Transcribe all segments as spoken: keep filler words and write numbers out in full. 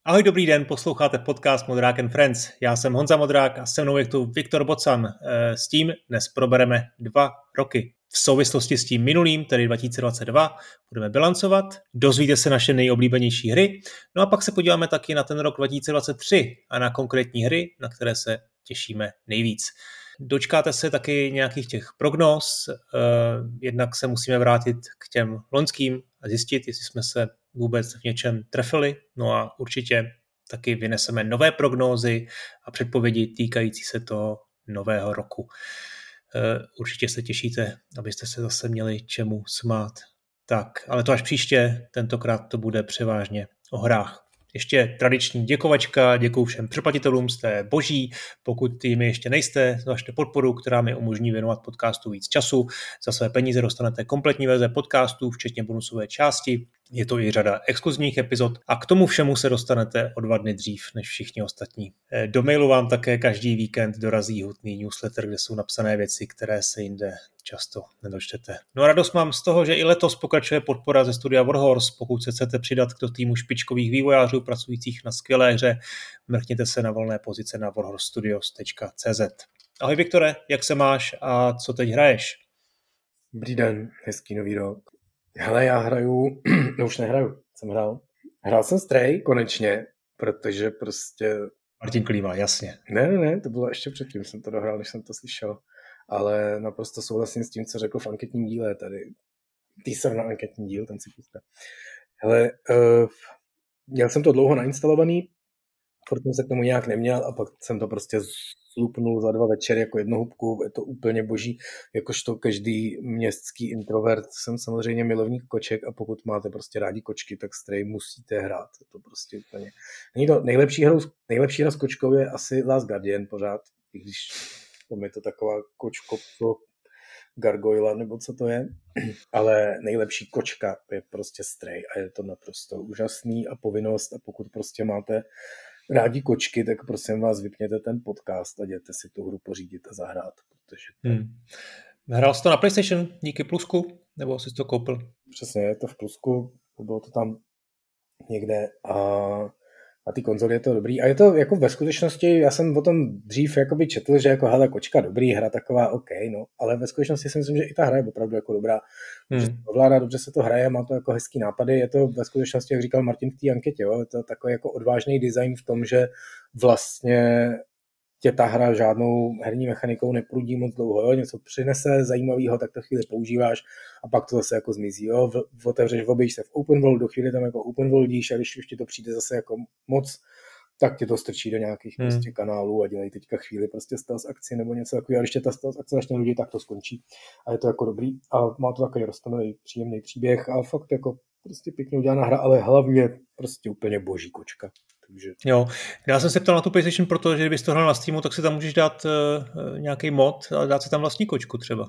Ahoj, dobrý den, posloucháte podcast Modrák and Friends. Já jsem Honza Modrák a se mnou je tu Viktor Bocan. S tím dnes probereme dva roky. V souvislosti s tím minulým, tedy dva tisíce dvacet dva, budeme bilancovat, dozvíte se naše nejoblíbenější hry, no a pak se podíváme taky na ten rok dva tisíce dvacet tři a na konkrétní hry, na které se těšíme nejvíc. Dočkáte se taky nějakých těch prognóz, jednak se musíme vrátit k těm loňským a zjistit, jestli jsme se vůbec v něčem trefili, no a určitě taky vyneseme nové prognózy a předpovědi týkající se toho nového roku. Určitě se těšíte, abyste se zase měli čemu smát. Tak, ale to až příště, tentokrát to bude převážně o hrách. Ještě tradiční děkovačka, děkuju všem přeplatitelům, jste boží, pokud jimi ještě nejste, zvažte podporu, která mi umožní věnovat podcastu víc času. Za své peníze dostanete kompletní verze podcastů, včetně bonusové části, je to i řada exkluzivních epizod a k tomu všemu se dostanete o dva dny dřív než všichni ostatní. Do mailu vám také každý víkend dorazí hutný newsletter, kde jsou napsané věci, které se jinde často nedočtete. No a radost mám z toho, že i letos pokračuje podpora ze studia Warhorse. Pokud se chcete přidat do týmu špičkových vývojářů pracujících na skvělé hře, mrkněte se na volné pozice na warhorse studios tečka cé zet. Ahoj Viktore, jak se máš a co teď hraješ? Dobrý den, hezký nový rok. Hele, já hraju, no už nehraju, jsem hrál. Hrál jsem Stray konečně, protože prostě... Martin Klíma, jasně. Ne, ne, ne, to bylo ještě předtím, jsem to dohrál, než jsem to slyšel. Ale naprosto souhlasím s tím, co řekl v anketním díle tady. Teaser na anketní díl, ten si puste. Hele, uh, měl jsem to dlouho nainstalovaný, furt jsem se k tomu nějak neměl a pak jsem to prostě slupnul za dva večery jako jednohubku, je to úplně boží, jakožto každý městský introvert jsem samozřejmě milovník koček a pokud máte prostě rádi kočky, tak Stray musíte hrát, je to prostě úplně. Není to nejlepší hra, nejlepší hra s kočkou je asi Last Guardian pořád, i když tam je to taková kočko gargoyla, nebo co to je, ale nejlepší kočka je prostě Stray a je to naprosto úžasný a povinnost a pokud prostě máte rádi kočky, tak prosím vás vypněte ten podcast a jděte si tu hru pořídit a zahrát, protože... Hmm. Hrál jsi to na PlayStation díky Plusku, nebo jsi to koupil? Přesně, je to v Plusku, bylo to tam někde a na té konzoli je to dobrý. A je to jako ve skutečnosti, já jsem o tom dřív jakoby četl, že jako hele, kočka dobrý, hra taková OK, no, ale ve skutečnosti si myslím, že i ta hra je opravdu jako dobrá. Hmm. Ovládá, dobře se to hraje, má to jako hezký nápady, je to ve skutečnosti, jak říkal Martin v té anketě, jo, je to takový jako odvážný design v tom, že vlastně tě ta hra žádnou herní mechanikou neprudí moc dlouho, jo? Něco přinese zajímavého, tak to chvíli používáš a pak to zase jako zmizí, jo? V, otevřeš, objevíš se v open world, do chvíli tam jako open worldíš a když už ti to přijde zase jako moc, tak tě to strčí do nějakých hmm. prostě kanálů a dělají teďka chvíli prostě stealth akci nebo něco takového a když tě ta stealth akce začne lidi, tak to skončí a je to jako dobrý a má to takový roztomilý příjemný příběh a fakt jako prostě pěkně udělaná hra, ale hlavně prostě úplně boží kočka. Takže... Jo, já jsem se ptal na tu PlayStation, protože kdybys to hrál na Steamu, tak si tam můžeš dát uh, nějaký mod a dát si tam vlastní kočku třeba.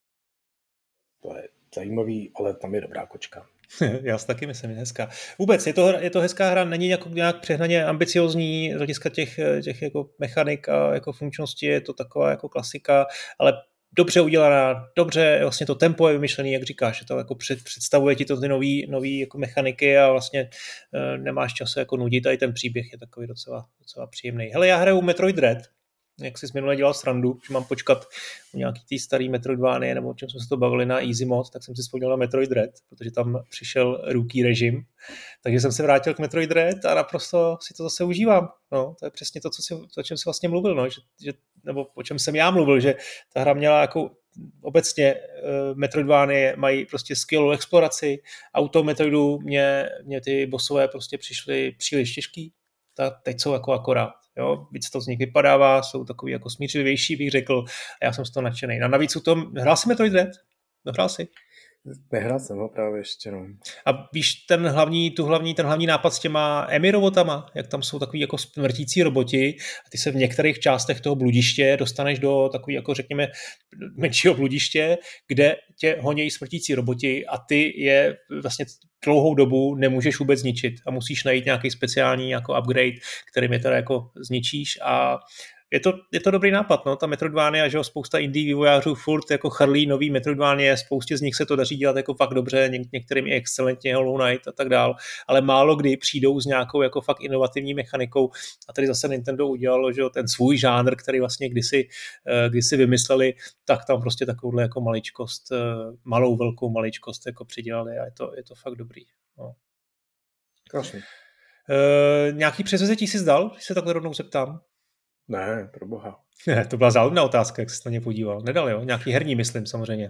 To je zajímavý, ale tam je dobrá kočka. Já si taky myslím, je hezká. Vůbec, je to, je to hezká hra, není jako nějak přehnaně ambiciozní z hlediska těch, těch jako mechanik a jako funkčnosti, je to taková jako klasika, ale dobře udělaná, dobře, vlastně to tempo je vymyšlený, jak říkáš, že to jako před, představuje ti to ty nový, nový jako mechaniky a vlastně e, nemáš čas se jako nudit, a i ten příběh je takový docela, docela příjemný. Hele, já hraju Metroid Dread, jak jsi minule dělal srandu, že mám počkat u nějaký tý starý Metroidvanie, nebo o čem jsme se to bavili na Easy Mod, tak jsem si vzpomněl na Metroid Dread, protože tam přišel rookie režim, takže jsem se vrátil k Metroid Dread a naprosto si to zase užívám. No, to je přesně to, co si, to, o čem jsi vlastně mluvil, no, že, že, nebo o čem jsem já mluvil, že ta hra měla jako obecně uh, Metroidvanie mají prostě skvělou exploraci, a u toho Metroidu mě, mě ty bossové prostě přišly příliš těžký, tak teď jsou jako akorát. Jo, víc to z nich vypadává, jsou takový jako smířlivější, bych řekl, a já jsem z toho nadšenej. A navíc u tom, hrál jsi Metroid Dread? Dohrál jsi? Nehrál jsem ho právě ještě, no. A víš ten hlavní, tu hlavní, ten hlavní nápad s těma Emi robotama, jak tam jsou takový jako smrtící roboti a ty se v některých částech toho bludiště dostaneš do takový jako řekněme menšího bludiště, kde tě honějí smrtící roboti a ty je vlastně dlouhou dobu nemůžeš vůbec zničit a musíš najít nějaký speciální jako upgrade, kterým je teda jako zničíš a je to, je to dobrý nápad, no, ta Metroidvania, že jo, spousta indie vývojářů furt jako chrlí nový Metroidvania, spoustě z nich se to daří dělat jako fakt dobře, něk- některým i excelentně, Hollow Knight a tak dál, ale málo kdy přijdou s nějakou jako fakt inovativní mechanikou a tady zase Nintendo udělalo, že jo, ten svůj žánr, který vlastně kdysi, kdysi vymysleli, tak tam prostě takovouhle jako maličkost, malou velkou maličkost jako přidělali a je to, je to fakt dobrý. No. Krásný. Uh, nějaký převzetí si zdal, když se takhle rovnou zeptám? Ne, pro boha. Ne, to byla záludná otázka, jak jsi na ně podíval. Nedal, jo? Nějaký herní, myslím, samozřejmě.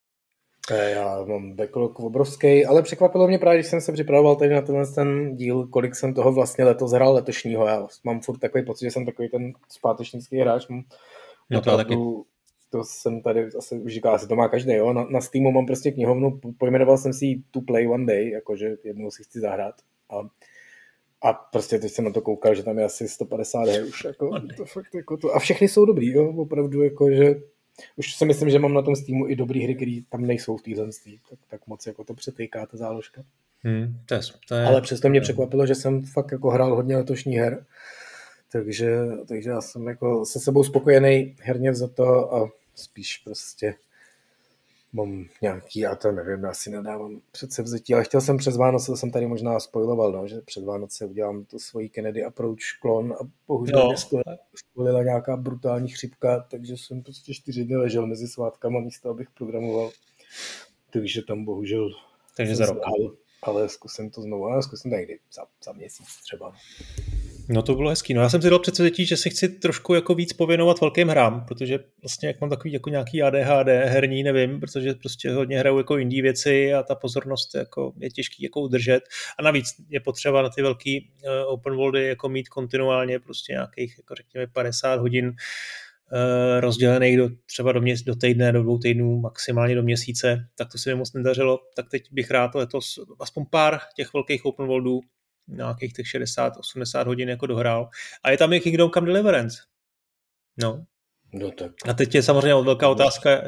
Já mám backlog obrovský, ale překvapilo mě právě, když jsem se připravoval tady na tenhle ten díl, kolik jsem toho vlastně letos hrál letošního. Já mám furt takový pocit, že jsem takový ten zpátečnický hráč. No to taky. To jsem tady asi už říkal, asi to má každý, jo. Na, na Steamu mám prostě knihovnu, pojmenoval jsem si ji To Play One Day, jakože jednou si chci zahrát. A, a prostě teď jsem na to koukal, že tam je asi sto padesát her už, jako, to fakt jako to. A všechny jsou dobrý, jo, opravdu, jako, že už si myslím, že mám na tom Steamu i dobrý hry, které tam nejsou v téhle tak, tak moc jako to přetýká ta záložka. Hmm, to je, to je... Ale přesto mě překvapilo, že jsem fakt jako hrál hodně letošní her, takže, takže já jsem jako se sebou spokojený herně za to a spíš prostě mám nějaký, já to nevím, asi nedávám předsevzetí, ale chtěl jsem přes Vánoce, to jsem tady možná spoiloval, no, že před Vánoce udělám tu svoji Kennedy Approach klon a bohužel no. mě skolila nějaká brutální chřipka, takže jsem prostě čtyři dny ležel mezi svátkama místo, abych programoval, takže tam bohužel takže za rok. Zdál, ale zkusím to znovu, ale zkusím to někdy za, za měsíc třeba. No to bylo hezký. No já jsem si dal předsevzetí, že si chci trošku jako víc pověnovat velkým hrám, protože vlastně jak mám takový jako nějaký A D H D herní, nevím, protože prostě hodně hraju jako indie věci a ta pozornost jako je těžký jako udržet a navíc je potřeba na ty velký uh, open worldy jako mít kontinuálně prostě nějakých jako řekněme padesát hodin uh, rozdělených do třeba do, měs- do týdne, do dvou týdnů, maximálně do měsíce, tak to se mi moc nedařilo, tak teď bych rád letos aspoň pár těch velkých open worldů nějakých těch šedesát osmdesát hodin jako dohrál. A je tam i Kingdom Come Deliverance. No. no tak. A teď je samozřejmě velká otázka, je,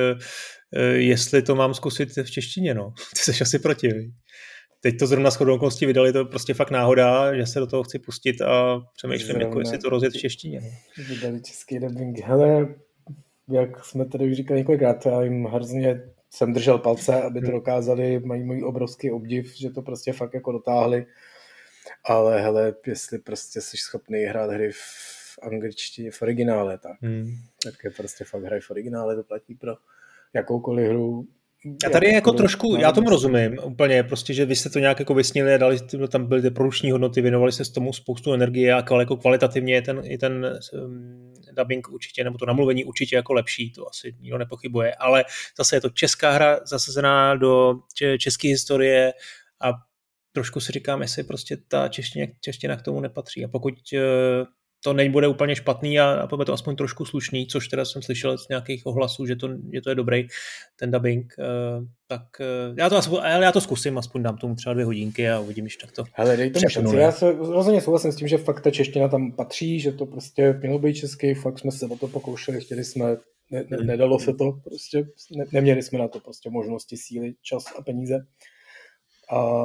jestli to mám zkusit v češtině, no. Ty jsi asi proti. Teď to zrovna shodou okolností vydali, to prostě fakt náhoda, že se do toho chci pustit a přemýšlím, jako jestli to rozjet v češtině. No. Vydali český dubbing. Hele, jak jsme tady už říkali několikrát, já jim hrozně jsem držel palce, aby to dokázali, mají můj obrovský obdiv, že to prostě fakt jako dotáhli. Ale hele, jestli prostě jsi schopný hrát hry v angličtině, v originále, tak, hmm. tak je prostě fakt hraj v originále, to platí pro jakoukoliv hru. A tady je jako trošku, já tomu rozumím úplně, prostě, že vy jste to nějak jako vysnili a dali, tam byly ty produkční hodnoty, věnovali se s tomu spoustu energie a jako kvalitativně je ten, je ten um, dubbing určitě, nebo to namluvení určitě jako lepší, to asi nikdo nepochybuje, ale zase je to česká hra zasazená do české historie a trošku si říkám, jestli prostě ta čeština, čeština k tomu nepatří. A pokud to nebude úplně špatný a, a bude to aspoň trošku slušný, což teda jsem slyšel z nějakých ohlasů, že to, že to je dobrý, ten dubbing, tak já to, aspoň, já to zkusím, aspoň dám tomu třeba dvě hodinky a uvidím, když tak to. Hele, dej tomu šanci. Já se rozhodně souhlasím s tím, že fakt ta čeština tam patří, že to prostě mělo být český, fakt jsme se o to pokoušeli, chtěli jsme, ne, ne, nedalo se to, prostě ne, neměli jsme na to prostě možnosti, síly, čas a peníze. A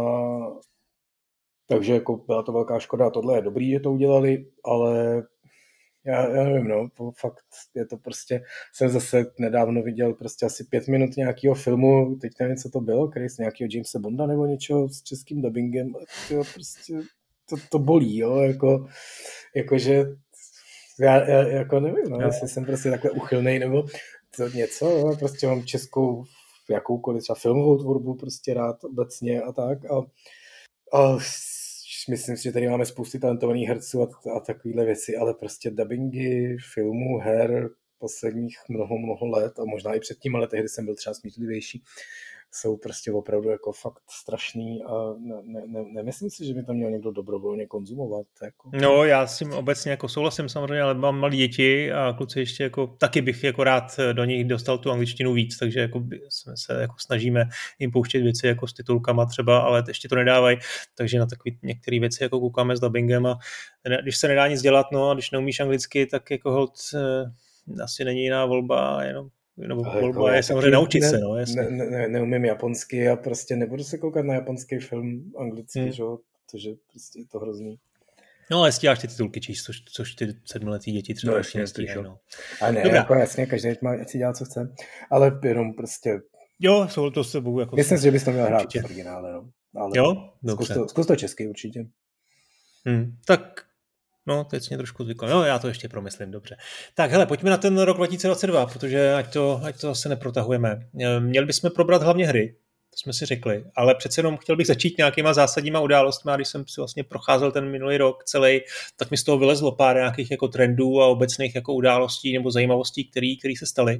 takže jako byla to velká škoda a tohle je dobrý, že to udělali, ale já, já nevím, no, fakt je to prostě, jsem zase nedávno viděl prostě asi pět minut nějakého filmu, teď nevím, co to bylo, který z nějakého Jamesa Bonda nebo něčeho s českým dubbingem, to prostě, to, to bolí, jo, jako, jakože, já, já jako nevím, no, jestli jsem prostě takhle uchylnej nebo to něco, jo, prostě mám českou jakoukoliv třeba filmovou tvorbu prostě rád obecně a tak a, a myslím si, že tady máme spousty talentovaných herců a, a takovéhle věci, ale prostě dubbingy filmů, her posledních mnoho, mnoho let a možná i před tím, ale tehdy jsem byl třeba smítlivější, jsou prostě opravdu jako fakt strašný a ne, ne, ne, nemyslím si, že by to měl někdo dobrovolně konzumovat. Jako. No, já s tím obecně jako souhlasím samozřejmě, ale mám malé děti a kluci ještě jako taky bych jako rád do nich dostal tu angličtinu víc, takže jako jsme se jako snažíme jim pouštět věci jako s titulkama třeba, ale ještě to nedávají, takže na takové některé věci jako koukáme s dubbingem a když se nedá nic dělat, no a když neumíš anglicky, tak jako hold asi není jiná volba, jenom nebo volba jako, je samozřejmě naučit ne, se, no, jasně. Ne, ne, neumím japonsky a prostě nebudu se koukat na japonský film anglicky, hmm. že? Protože prostě je to hrozný. No ale stíháš ty titulky číst, což, což ty sedmiletý děti třeba No, ještě nestíhají. No. A ne, Dobrá. Jako jasně, každý má si dělat, co chce, ale jenom prostě... Jo, jsou to s sebou jako... Myslím si, že bys to měl hrát v originále, no. Ale jo? Zkus to, zkus to česky určitě. Hmm, tak... No, teď jsi mě trošku zvykl. No, já to ještě promyslím, dobře. Tak, hele, pojďme na ten rok dva tisíce dvacet dva, protože ať to, ať to zase neprotahujeme. Měli bychom probrat hlavně hry, to jsme si řekli, ale přece jenom chtěl bych začít nějakýma zásadníma událostmi, a když jsem si vlastně procházel ten minulý rok celý, tak mi z toho vylezlo pár nějakých jako trendů a obecných jako událostí nebo zajímavostí, které se staly.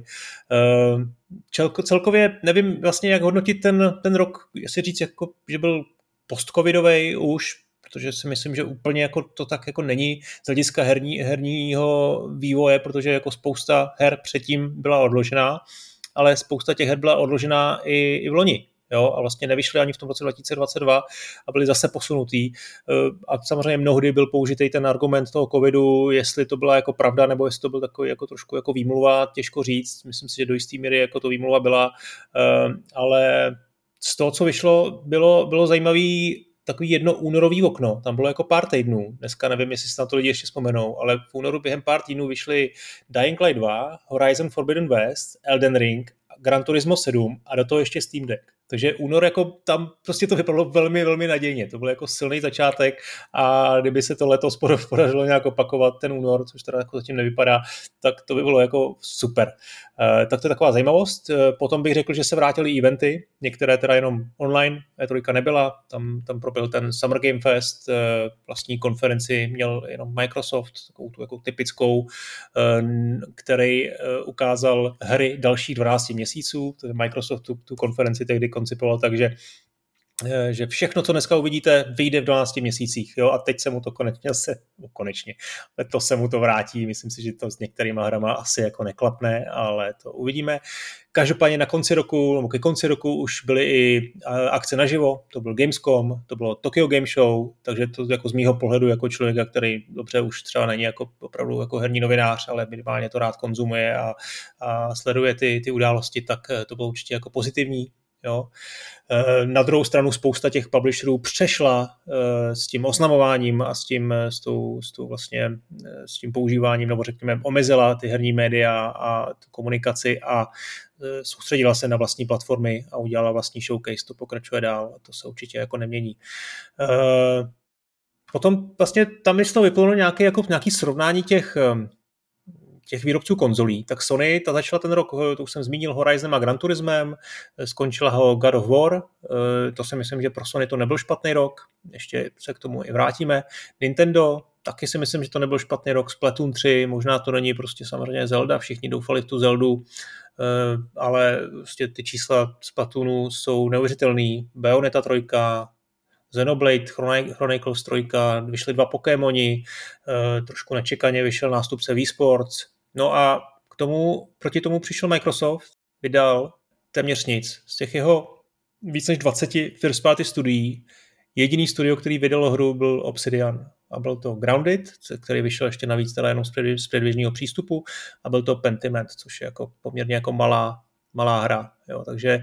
Čelko, celkově nevím vlastně, jak hodnotit ten, ten rok, jestli říct, jako, že byl post-covidovej už, protože si myslím, že úplně jako to tak jako není z hlediska herní, herního vývoje, protože jako spousta her předtím byla odložená, ale spousta těch her byla odložená i, i v loni. Jo, a vlastně nevyšly ani v tom roce dva tisíce dvacet dva a byly zase posunutý. A samozřejmě mnohdy byl použitý ten argument toho covidu, jestli to byla jako pravda, nebo jestli to byl takový jako trošku jako výmluva, těžko říct. Myslím si, že do jistý míry jako to výmluva byla, ale z toho, co vyšlo, bylo, bylo zajímavý takový jedno únorový okno, tam bylo jako pár týdnů, dneska nevím, jestli se na to lidi ještě vzpomenou, ale v únoru během pár týdnů vyšly Dying Light dva, Horizon Forbidden West, Elden Ring, Gran Turismo sedm a do toho ještě Steam Deck. Takže únor jako tam prostě to vypadalo velmi, velmi nadějně. To byl jako silný začátek a kdyby se to letos podařilo nějak opakovat ten únor, což teda jako zatím nevypadá, tak to by bylo jako super. Uh, tak to je taková zajímavost. Uh, potom bych řekl, že se vrátily eventy, některé teda jenom online, E tři nebyla, tam, tam proběhl ten Summer Game Fest, uh, vlastní konferenci měl jenom Microsoft, takovou tu jako typickou, uh, který uh, ukázal hry dalších dvanáct měsíců, to je Microsoft tu, tu konferenci tehdy koncipoval, takže že všechno, co dneska uvidíte, vyjde v dvanácti měsících. Jo? A teď se mu to konečně se, no konečně, to se mu to vrátí. Myslím si, že to s některýma hrama asi jako neklapne, ale to uvidíme. Každopádně na konci roku, nebo ke konci roku už byly i akce naživo, to byl Gamescom, to bylo Tokyo Game Show, takže to jako z mýho pohledu jako člověka, který dobře už třeba není jako opravdu jako herní novinář, ale minimálně to rád konzumuje a, a sleduje ty, ty události, tak to bylo určitě jako pozitivní. Jo. Na druhou stranu spousta těch publisherů přešla s tím oznamováním a s tím, s tou, s tou vlastně, s tím používáním, nebo řekněme omezila ty herní média a tu komunikaci a soustředila se na vlastní platformy a udělala vlastní showcase, to pokračuje dál a to se určitě jako nemění. Potom vlastně tam z toho vyplnulo nějaké, jako nějaké srovnání těch těch výrobců konzolí, tak Sony, ta začala ten rok, to už jsem zmínil, Horizonem a Gran Turismem, skončila ho God of War, to si myslím, že pro Sony to nebyl špatný rok, ještě se k tomu i vrátíme. Nintendo, taky si myslím, že to nebyl špatný rok, Splatoon tři, možná to není prostě samozřejmě Zelda, všichni doufali v tu Zeldu, ale prostě ty čísla Splatoonu jsou neuvěřitelný, Bayonetta tři, Xenoblade Chronicles tři, vyšly dva Pokémoni, trošku nečekaně vyšel nástupce Wii Sports. No a k tomu, proti tomu přišel Microsoft, vydal téměř nic. Z těch jeho víc než dvaceti first party studií, jediný studio, který vydalo hru, byl Obsidian. A byl to Grounded, který vyšel ještě navíc teda jenom z předběžného přístupu, a byl to Pentiment, což je jako poměrně jako malá, malá hra. Jo, takže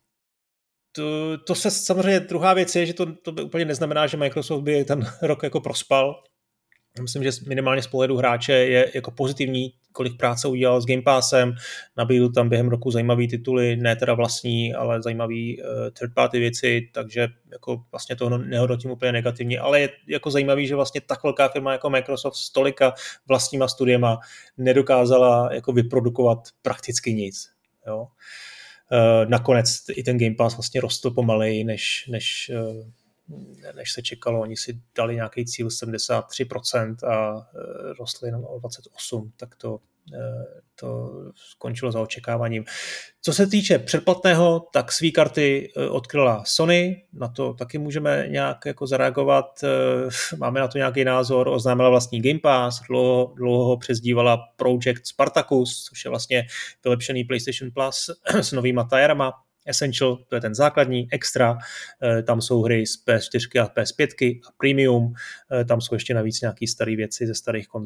To, to se samozřejmě, druhá věc je, že to, to úplně neznamená, že Microsoft by ten rok jako prospal. Myslím, že minimálně z pohledu hráče je jako pozitivní, kolik práce udělal s Game Passem, nabídl tam během roku zajímavý tituly, ne teda vlastní, ale zajímavý uh, third party věci, takže jako vlastně to nehodnotím úplně negativně, ale je jako zajímavý, že vlastně tak velká firma jako Microsoft s tolika vlastníma studiema nedokázala jako vyprodukovat prakticky nic. Jo. Uh, nakonec i ten Game Pass vlastně rostl pomaleji, než, než, uh, než se čekalo. Oni si dali nějaký cíl sedmdesát tři procent a uh, rostly jenom o dvacet osm procent, tak to, uh, to skončilo za očekáváním. Co se týče předplatného, tak svý karty uh, odkryla Sony, na to taky můžeme nějak jako zareagovat. Uh, máme na to nějaký názor, oznámila vlastní Game Pass, dlouho, dlouho ho přezdívala Project Spartacus, což je vlastně vylepšený PlayStation Plus s novýma tijerama. Essential, to je ten základní, extra, tam jsou hry z P S čtyři a P S pět a Premium, tam jsou ještě navíc nějaké staré věci ze starých konzolí.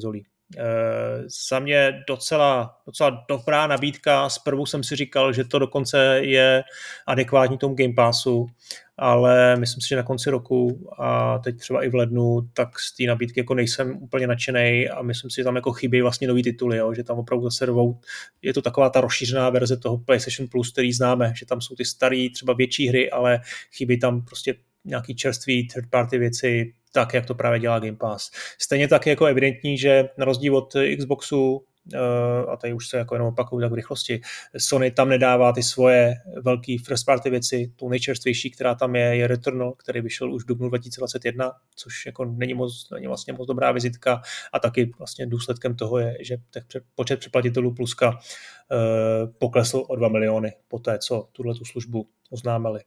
Za mě docela, docela dobrá nabídka. Zprvu jsem si říkal, že to dokonce je adekvátní tomu Game Passu, ale myslím si, že na konci roku a teď třeba i v lednu, tak z té nabídky jako nejsem úplně nadšenej a myslím si, že tam jako chybí vlastně nový tituly, jo? Že tam opravdu zase rovou, je to taková ta rozšířená verze toho PlayStation Plus, který známe, že tam jsou ty staré, třeba větší hry, ale chybí tam prostě nějaký čerstvý third party věci, tak, jak to právě dělá Game Pass. Stejně tak je jako evidentní, že na rozdíl od Xboxu, a tady už se jako jenom opakuju tak v rychlosti, Sony tam nedává ty svoje velký first party věci. Tou nejčerstvější, která tam je, je Returnal, který vyšel už v dubnu dva tisíce dvacet jedna, což jako není, moc, není vlastně moc dobrá vizitka a taky vlastně důsledkem toho je, že počet předplatitelů Pluska uh, poklesl o dva miliony po té, co tuhle tu službu oznámili.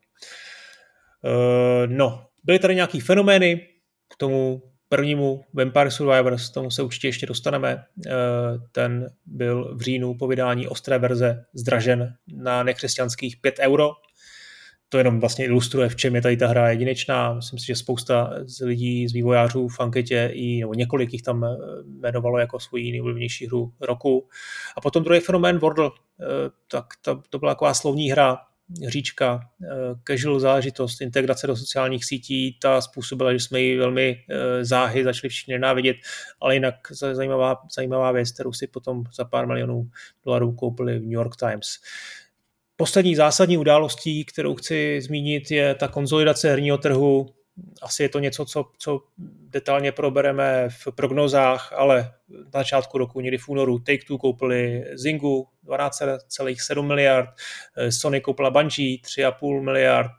Uh, no, byly tady nějaký fenomény k tomu prvnímu Vampire Survivors, tomu se určitě ještě dostaneme. Ten byl v říjnu po vydání ostré verze zdražen na nekřesťanských pět euro. To jenom vlastně ilustruje, v čem je tady ta hra jedinečná. Myslím si, že spousta z lidí, z vývojářů v anketě, i, nebo několik jich tam jmenovalo jako svoji nejoblíbenější hru roku. A potom druhý fenomén Wordle, tak to, to byla taková slovní hra, hříčka, casual záležitost, integrace do sociálních sítí, ta způsobila, že jsme ji velmi záhy začali všichni nenávidět, ale jinak zajímavá, zajímavá věc, kterou si potom za pár milionů dolarů koupili v New York Times. Poslední zásadní událostí, kterou chci zmínit, je ta konsolidace herního trhu. Asi je to něco, co, co detailně probereme v prognózách, ale na začátku roku, někdy v únoru, Take-Two koupili Zyngu dvanáct celá sedm miliard, Sony koupila Bungie tři celá pět miliard,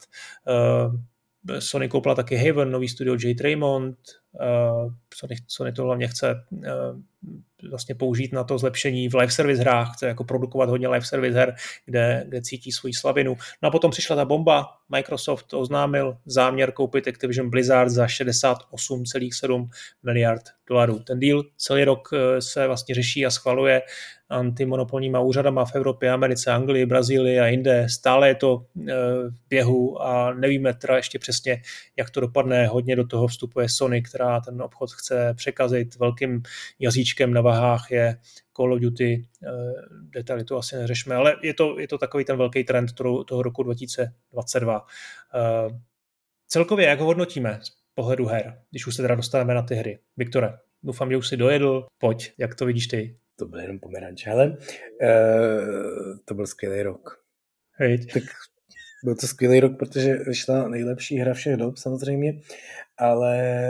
Sony koupila taky Haven, nový studio Jade Raymond, Sony, Sony to hlavně chce vlastně použít na to zlepšení v live service hrách, chce jako produkovat hodně live service her, kde, kde cítí svoji slavinu. No a potom přišla ta bomba, Microsoft oznámil záměr koupit Activision Blizzard za šedesát osm celá sedm miliard dolarů. Ten deal celý rok se vlastně řeší a schvaluje antimonopolníma úřadama v Evropě, Americe, Anglii, Brazílii a jinde. Stále je to v běhu a nevíme teda ještě přesně, jak to dopadne. Hodně do toho vstupuje Sony, která ten obchod chce překazit. Velkým jazyčkem na vahách je Call of Duty, detaily to asi neřešme, ale je to, je to takový ten velký trend toho, toho roku dva tisíce dvacet dva. Celkově, jak ho hodnotíme z pohledu her, když už se teda dostaneme na ty hry? Viktore, doufám, že už si dojedl, pojď, jak to vidíš ty? To byl jenom pomeranč, ale uh, to byl skvělý rok. Hejď. Tak byl to skvělý rok, protože vyšla nejlepší hra všech dob samozřejmě, ale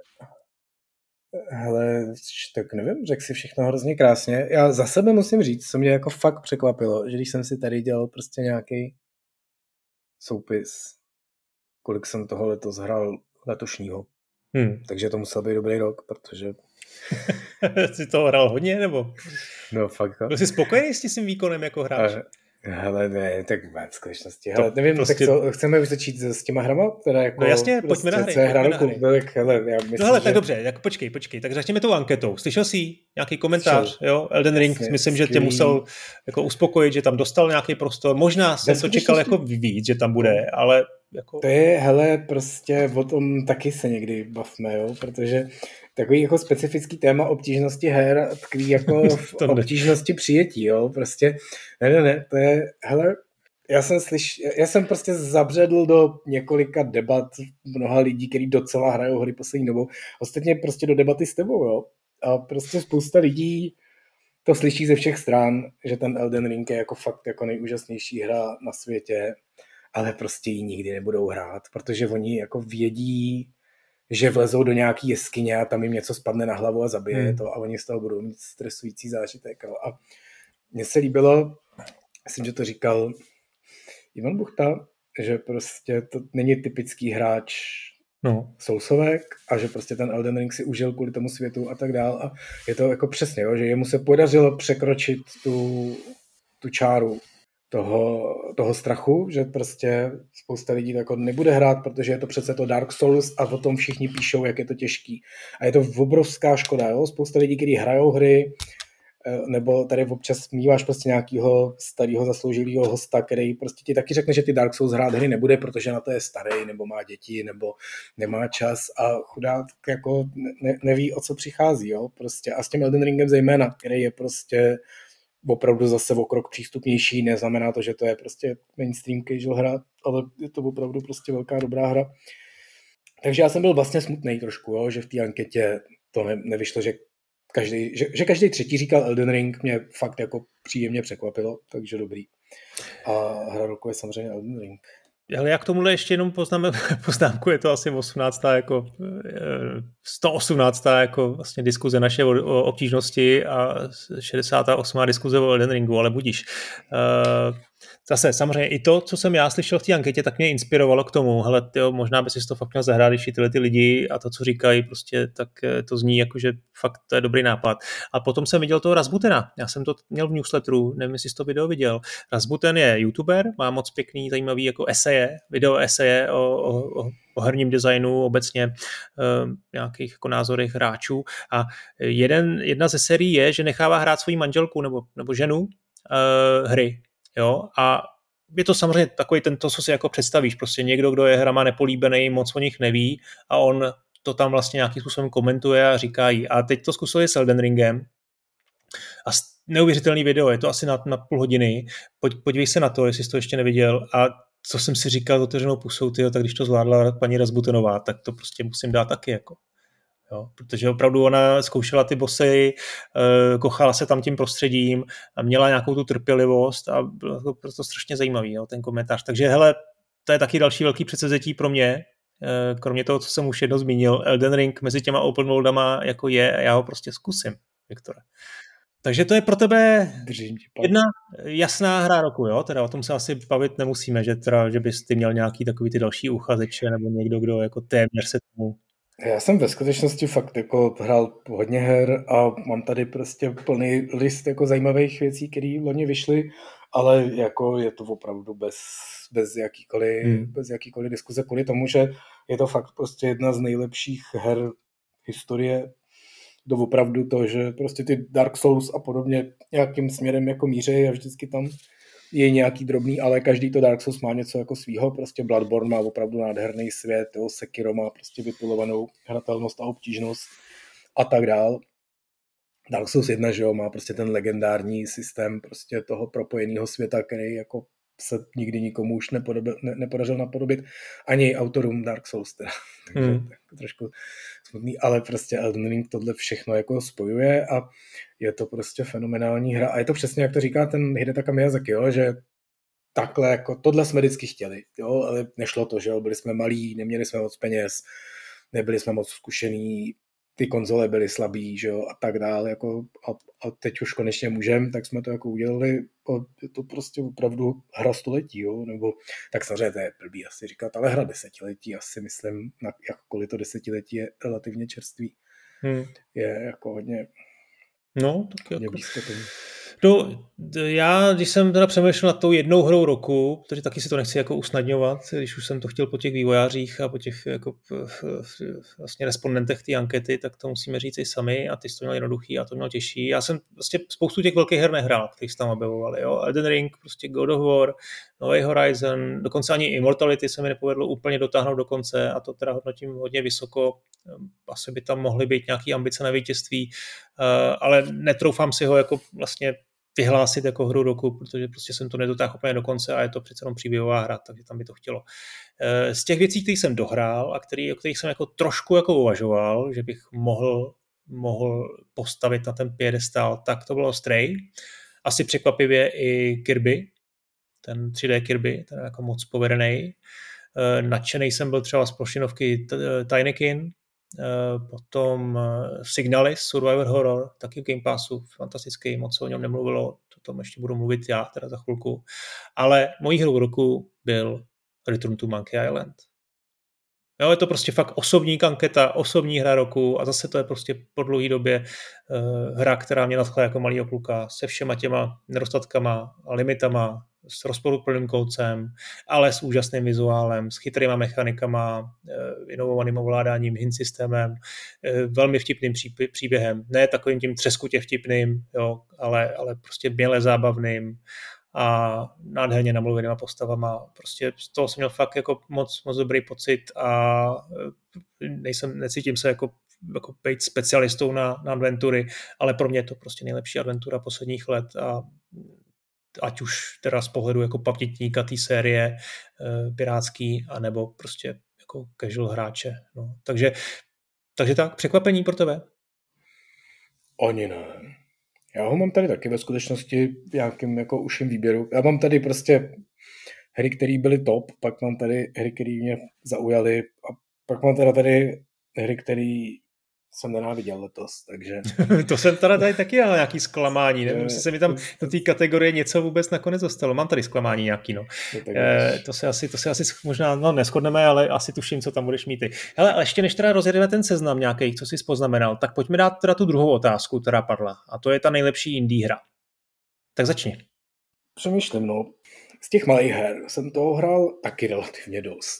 hele, tak nevím, řekl si všechno hrozně krásně. Já za sebe musím říct, co mě jako fakt překvapilo, že když jsem si tady dělal prostě nějaký soupis, kolik jsem toho letos hrál letošního. Hmm. Takže to musel být dobrý rok, protože jsi toho hrál hodně, nebo? No fakt. Byl jsi spokojený s tím výkonem jako hráč? Hele, ne, tak v skutečnosti. Hele, nevím, prostě... tak co, chceme už začít s těma hrama? Teda jako no jasně, prostě, pojďme na hry. Co je hra roku? Tak, hele, já myslím, no hele, že... tak dobře, tak počkej, počkej. Tak začněme tou anketou. Slyšel jsi nějaký komentář? Čo? Jo, Elden Ring, jasně, myslím, skvělý. Že tě musel jako uspokojit, že tam dostal nějaký prostor. Možná jsem to čekal jako víc, že tam bude, ale jako... To je, hele, prostě o tom taky se někdy bavme, jo, protože takový jako specifický téma obtížnosti her tkví jako v obtížnosti přijetí, jo, prostě, ne, ne, ne, to je, hele, já jsem slyš, já jsem prostě zabředl do několika debat mnoha lidí, kteří docela hrajou hry poslední dobou, ostatně prostě do debaty s tebou, jo, a prostě spousta lidí to slyší ze všech stran, že ten Elden Ring je jako fakt jako nejúžasnější hra na světě, ale prostě ji nikdy nebudou hrát, protože oni jako vědí, že vlezou do nějaký jeskyně a tam jim něco spadne na hlavu a zabije hmm. to a oni z toho budou mít stresující zážitek. A mně se líbilo, myslím, že to říkal Ivan Buchta, že prostě to není typický hráč no. sousovek a že prostě ten Elden Ring si užil kvůli tomu světu a tak dál. A je to jako přesně, jo, že jemu se podařilo překročit tu, tu čáru toho, toho strachu, že prostě spousta lidí to jako nebude hrát, protože je to přece to Dark Souls a o tom všichni píšou, jak je to těžký. A je to obrovská škoda, jo? Spousta lidí, kteří hrajou hry, nebo tady občas míváš prostě nějakého starého zasloužilého hosta, který prostě ti taky řekne, že ty Dark Souls hrát hry nebude, protože na to je starý, nebo má děti, nebo nemá čas a chudák jako ne, neví, o co přichází, jo, prostě a s tím Elden Ringem zejména, který je prostě opravdu zase o krok přístupnější, neznamená to, že to je prostě mainstream casual hra, ale je to opravdu prostě velká dobrá hra. Takže já jsem byl vlastně smutnej trošku, jo, že v té anketě to ne, nevyšlo, že každý, že, že každý třetí říkal Elden Ring, mě fakt jako příjemně překvapilo, takže dobrý. A hra roku je samozřejmě Elden Ring. Ale já k tomuhle ještě jenom poznáme, poznámku, je to asi osmnáctá jako sto osmnáctá jako vlastně diskuze naše o, o obtížnosti a šedesátá osmá diskuze o Elden Ringu, ale budíš. Uh, zase samozřejmě i to, co jsem já slyšel v té anketě, tak mě inspirovalo k tomu, hele, tyjo, možná by si to fakt měl zahrát, když tyhle ty lidi a to, co říkají, prostě tak to zní jako, že fakt to je dobrý nápad. A potom jsem viděl toho Rasbutena, já jsem to měl v newsletteru, nevím, jestli jsi to video viděl. Rasbuten je youtuber, má moc pěkný, zajímavý jako eseje, video eseje o, o, o herním designu, obecně uh, nějakých jako názorech hráčů a jeden, jedna ze sérií je, že nechává hrát svoji manželku nebo, nebo ženu uh, hry. Jo, a je to samozřejmě takový ten, to, co si jako představíš, prostě někdo, kdo je hrama nepolíbený, moc o nich neví a on to tam vlastně nějakým způsobem komentuje a říká jí. A teď to zkusili s Elden Ringem a neuvěřitelný video, je to asi na, na půl hodiny, Pojď, podívej se na to, jestli jsi to ještě neviděl a co jsem si říkal s otevřenou pusou, tyjo, tak když to zvládla paní Rasbutenová, tak to prostě musím dát taky jako. Jo, protože opravdu ona zkoušela ty bossy, kochala se tam tím prostředím a měla nějakou tu trpělivost a bylo to prostě strašně zajímavý, jo, ten komentář. Takže hele, to je taky další velký předsevzetí pro mě, kromě toho, co jsem už jednou zmínil, Elden Ring mezi těma open worldama jako je a já ho prostě zkusím, Viktore. Takže to je pro tebe jedna jasná hra roku, jo? Teda o tom se asi bavit nemusíme, že, teda, že bys ty měl nějaký takový ty další uchazeče nebo někdo, kdo jako téměř se tomu... Já jsem ve skutečnosti fakt jako hrál hodně her a mám tady prostě plný list jako zajímavých věcí, které loni vyšly, ale jako je to opravdu bez, bez, jakýkoliv, hmm. bez jakýkoliv diskuze kvůli tomu, že je to fakt prostě jedna z nejlepších her historie. To opravdu to, že prostě ty Dark Souls a podobně nějakým směrem jako mířejí a vždycky tam je nějaký drobný, ale každý to Dark Souls má něco jako svýho, prostě Bloodborne má opravdu nádherný svět, jo, Sekiro má prostě vypilovanou hratelnost a obtížnost a tak dál. Dark Souls jedna, že jo, má prostě ten legendární systém prostě toho propojeného světa, který jako se nikdy nikomu už nepodobil, ne, nepodařil napodobit, ani autorům Dark Souls teda. Takže hmm. tak trošku smutný, ale prostě Elden Ring tohle všechno jako spojuje a je to prostě fenomenální hra a je to přesně, jak to říká ten Hidetaka Miyazaki, jo, že takhle jako tohle jsme vždycky chtěli, jo, ale nešlo to, že jo, byli jsme malí, neměli jsme moc peněz, nebyli jsme moc zkušený, ty konzole byly slabý, že jo, a tak dále, jako a, a teď už konečně můžeme, tak jsme to jako udělali, a je to prostě opravdu hra století, jo, nebo tak samozřejmě to je blbý asi říkat, ale hra desetiletí, asi myslím, na jakkoliv to desetiletí je relativně čerstvý, hmm. je jako hodně, no, tak hodně jako... blízko tomu. No, já, když jsem teda přemýšlel nad tou jednou hrou roku, protože taky si to nechci jako usnadňovat, když už jsem to chtěl po těch vývojářích a po těch jako vlastně respondentech té ankety, tak to musíme říct i sami a ty jsi to měl jednoduchý a to měl těžší. Já jsem vlastně spoustu těch velkých her nehrál, kterých se tam objevovali, jo. Elden Ring, prostě God of War, Nový Horizon, dokonce ani Immortality se mi nepovedlo úplně dotáhnout do konce a to teda hodnotím hodně vysoko. Asi by tam mohly být nějaké ambice na vítězství, ale netroufám si ho jako vlastně vyhlásit jako hru roku, protože prostě jsem to nedotáhl úplně do konce a je to přece jenom příběhová hra, takže tam by to chtělo. Z těch věcí, které jsem dohrál a který, o kterých jsem jako trošku jako uvažoval, že bych mohl, mohl postavit na ten piedestal, tak to bylo Stray. Asi překvapivě i Kirby, ten tři dé Kirby, ten je jako moc povedený. Nadšený jsem byl třeba z plošinovky Tinykin, potom Signalis, Survivor Horror, taky v Game Passu, fantastický, moc se o něm nemluvilo, o tom ještě budu mluvit já teda za chvilku, ale mojí hrou roku byl Return to Monkey Island. Jo, je to prostě fakt osobní anketa, osobní hra roku a zase to je prostě po dlouhé době uh, hra, která mě nadchla jako malýho kluka se všema těma nedostatkama a limitama, s rozporuplným kódcem, ale s úžasným vizuálem, s chytrýma mechanikama, inovovaným ovládáním, hint systémem, velmi vtipným příběhem. Ne takovým tím třeskutě vtipným, jo, ale, ale prostě měle zábavným a nádherně namluvenýma postavama. Prostě z toho jsem měl fakt jako moc, moc dobrý pocit a nejsem, necítím se jako, jako být specialistou na, na adventury, ale pro mě je to prostě nejlepší adventura posledních let a ať už teda z pohledu jako pamětníka té série e, pirátský, anebo prostě jako casual hráče. No. Takže, takže tak, překvapení pro tebe? Oni ne. Já ho mám tady taky ve skutečnosti v nějakém jako uším výběru. Já mám tady prostě hry, které byly top, pak mám tady hry, které mě zaujaly a pak mám teda tady hry, které jsem nenáviděl letos, takže... To jsem teda tady taky měl nějaký zklamání, nevím, jestli se mi tam do té kategorie něco vůbec nakonec dostalo. Mám tady zklamání nějaký, no. E, to se asi, to se asi možná, no neshodneme, ale asi tuším, co tam budeš mít ty. Hele, ale ještě než teda rozjedeme ten seznam nějakých, co jsi poznamenal, tak pojďme dát teda tu druhou otázku, která padla. A to je ta nejlepší indie hra. Tak začni. Přemýšlím, no. Z těch malých her jsem toho hrál taky relativně dost.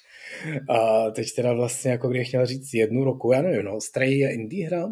A teď teda vlastně, jako když chtěl říct jednu roku, já nevím, no, Stray je indie hra?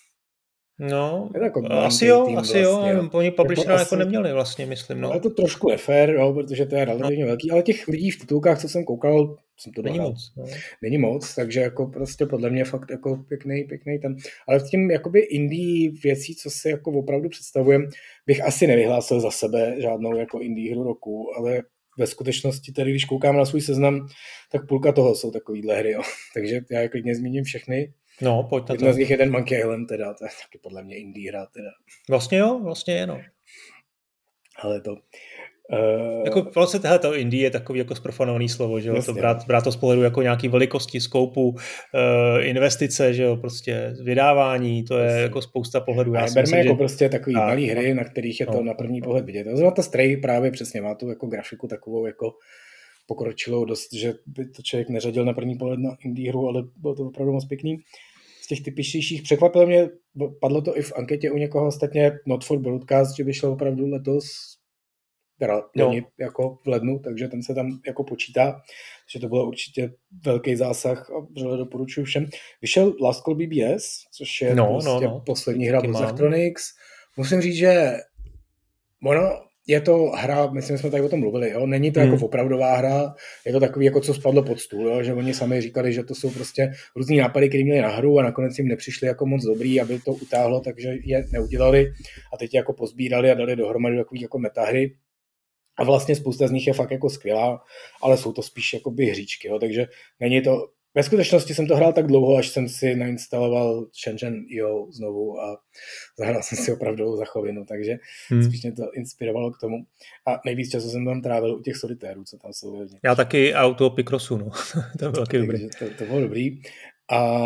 No, jako asi jo, asi vlastně, jo, nevím, oni publishera jako, jako neměli vlastně, myslím, no. Ale to trošku nefér, jo, protože to je relativně no. velký, ale těch lidí v titulkách, co jsem koukal, jsem to Není dohrál. moc, no. Není moc, takže jako prostě podle mě fakt jako pěkný, pěkný ten, ale v tím jakoby indie věcí, co si jako opravdu představujem, bych asi nevyhlásil za sebe žádnou jako indie hru roku, ale ve skutečnosti tady, když koukám na svůj seznam, tak půlka toho jsou takovýhle hry, jo. Takže já jako klidně zmíním všechny. No, pojď na Jedna to. z nich je ten Monkey Island, teda, to je taky podle mě indie hra, teda. Vlastně jo, vlastně je, no. Ale to... Uh... Jako vlastně tohle to indie je takový jako zprofanovaný slovo, že jo, to brát, brát to z pohledu jako nějaký velikosti, skoupu, uh, investice, že jo, prostě vydávání, to je vlastně. Jako spousta pohledů. Já berme myslím, jako že... prostě takový a, malý hry, na kterých je to no, na první pohled vidět. Zrovna ta Stray právě přesně má tu jako grafiku takovou jako pokročilou dost, že by to člověk neřadil na první pohled na indie hru, ale bylo to opravdu moc pěkný. Z těch typičtějších překvapilo mě, padlo to i v anketě u někoho ostatně, Not for Broadcast, že by šlo opravdu letos, teda no. jako v lednu, takže ten se tam jako počítá, že to bylo určitě velký zásah a vřele doporučuji všem. Vyšel Last Call B B S, což je no, prostě no, no. poslední hra od Zachtronics. Musím říct, že ono je to hra, myslím, že jsme tady o tom mluvili, jo? Není to hmm. jako opravdová hra, je to takový, jako co spadlo pod stůl, jo? Že oni sami říkali, že to jsou prostě různý nápady, které měli na hru a nakonec jim nepřišli jako moc dobrý, aby to utáhlo, takže je neudělali a teď je jako pozbírali a dali dohromady takový jako metahry. A vlastně spousta z nich je fakt jako skvělá, ale jsou to spíš jakoby hříčky, jo? Takže není to... Ve skutečnosti jsem to hrál tak dlouho, až jsem si nainstaloval Shenzhen E O znovu a zahrál jsem si opravdu zachovinu, takže hmm. spíš mě to inspirovalo k tomu. A nejvíc času jsem tam trávil u těch solitérů, co tam jsou. Vědně. Já taky auto Picrossu, no. To bylo taky dobrý. To, to bylo dobrý. A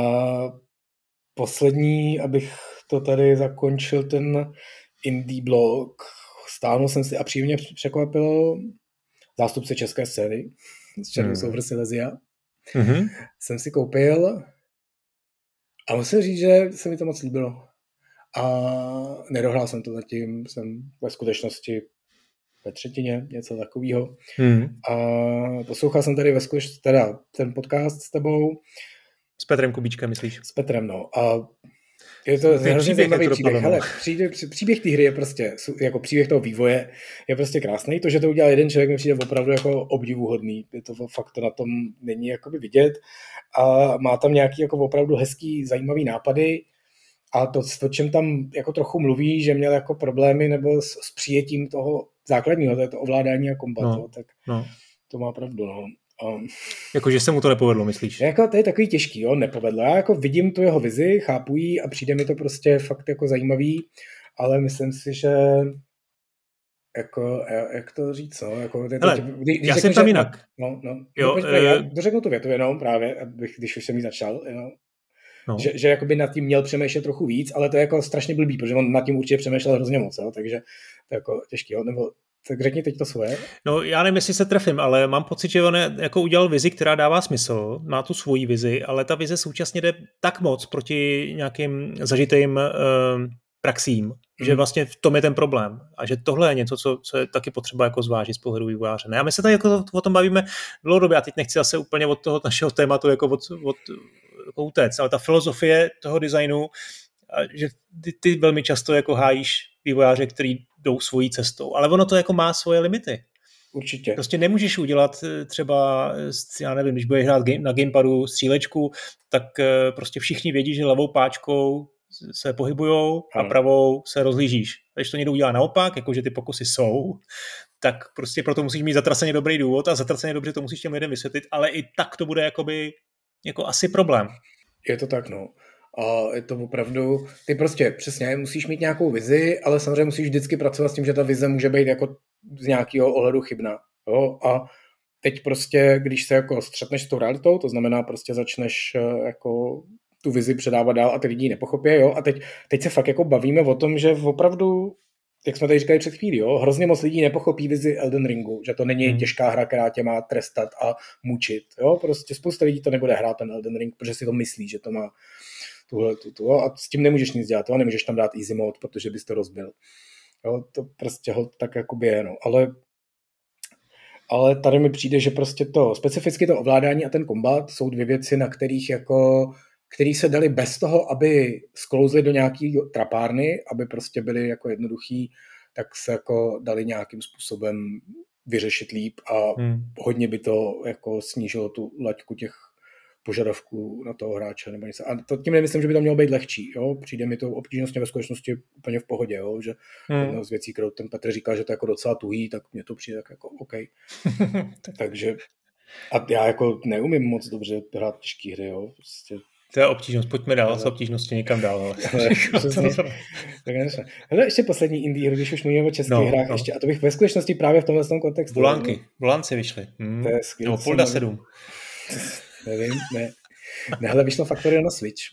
poslední, abych to tady zakončil, ten indie blog, stáhnul jsem si a příjemně překvapilo zástupce české scény z Shadows over Silesia. Mm-hmm. Jsem si koupil a musím říct, že se mi to moc líbilo. A nedohrál jsem to zatím, jsem ve skutečnosti ve třetině, něco takového. Mm. A poslouchal jsem tady ve skutečnosti teda ten podcast s tebou. S Petrem Kubíčkem, myslíš? S Petrem, no. A je to hrozně zajímavý příběh. Hele, příběh, příběh té hry je prostě, jako příběh toho vývoje je prostě krásný. To, že to udělal jeden člověk, mi přijde opravdu jako obdivuhodný. Je to fakt, to na tom není jakoby vidět. A má tam nějaký jako opravdu hezký, zajímavý nápady. A to, o čem tam jako trochu mluví, že měl jako problémy nebo s, s přijetím toho základního, to je to ovládání a kombat, no, tak no. To má pravdu, no. Um, Jakože se mu to nepovedlo, myslíš? Jako to je takový těžký, jo, nepovedlo. Já jako vidím tu jeho vizi, chápu ji a přijde mi to prostě fakt jako zajímavý, ale myslím si, že jako, jak to říct, no, jako... Hele, teď, když já jsem tam že, jinak. No, no, jo, no, e... já dořeknu tu větu jenom právě, abych, když už jsem ji začal, jenom. No. Že, že jakoby nad tím měl přemýšlet trochu víc, ale to je jako strašně blbý, protože on nad tím určitě přemýšlel hrozně moc, jo, takže to je jako těžký, jo, nebo tak řekni teď to svoje. No já nevím, jestli se trefím, ale mám pocit, že on jako udělal vizi, která dává smysl, má tu svoji vizi, ale ta vize současně jde tak moc proti nějakým zažitým uh, praxím, Že vlastně v tom je ten problém. A že tohle je něco, co, co je taky potřeba jako zvážit z pohledu vývojáře. Ne? A my se tady jako o tom bavíme dlouhodobě. Já teď nechci zase úplně od toho našeho tématu jako od, od jako utéct, ale ta filozofie toho designu, že ty, ty velmi často jako hájíš vývojáře, který jdou svojí cestou. Ale ono to jako má svoje limity. Určitě. Prostě nemůžeš udělat třeba, já nevím, když budeš hrát na gamepadu střílečku, tak prostě všichni vědí, že levou páčkou se pohybujou a pravou se rozhlížíš. Když to někdo udělá naopak, jakože ty pokusy jsou, tak prostě proto musíš mít zatraceně dobrý důvod a zatraceně dobře to musíš těm lidem vysvětlit, ale i tak to bude jakoby, jako asi problém. Je to tak, no. A je to opravdu, ty prostě přesně musíš mít nějakou vizi, ale samozřejmě musíš vždycky pracovat s tím, že ta vize může být jako z nějakého ohledu chybná. Jo? A teď prostě, když se jako střetneš s tou realitou, to znamená prostě začneš jako tu vizi předávat dál a ty lidi nepochopí, jo? A teď, teď se fakt jako bavíme o tom, že opravdu, jak jsme tady říkali před chvílí, jo? Hrozně moc lidí nepochopí vizi Elden Ringu, že to není hmm. těžká hra, která tě má trestat a mučit. Jo? Prostě spousta lidí to nebude hrát ten Elden Ring, protože si to myslí, že to má tuhle, tu, tu, a s tím nemůžeš nic dělat, jo? Nemůžeš tam dát easy mode, protože bys to rozbil. Jo? To prostě ho tak jakoby je, no. Ale Ale tady mi přijde, že prostě to specificky to ovládání a ten kombat jsou dvě věci, na kterých jako, který se dali bez toho, aby sklouzli do nějaký trapárny, aby prostě byly jako jednoduchý, tak se jako dali nějakým způsobem vyřešit líp a hmm. hodně by to jako snížilo tu laťku těch požadavků na toho hráče nebo něco. A to tím nemyslím, že by to mělo být lehčí. Jo? Přijde mi to obtížnostně ve skutečnosti úplně v pohodě. Jo? Že hmm. jedna z věcí, kterou ten Petr říkal, že to je jako docela tuhý, tak mně to přijde tak jako OK. Takže a já jako neumím moc dobře hrát těžký hry. Jo? Prostě to je obtížnost. Pojďme dál z obtížnosti někam dál. Hele, ještě poslední indie hru, když už mluvíme o českých no, hrách no. ještě. A to bych ve skutečnosti právě v tomhle kontextu. Bulánky. Bulánci vyšly. Hmm. To je skvělé. No, Polda sedm. Nevím, ne. Nehle, vyšlo Factorio na Switch.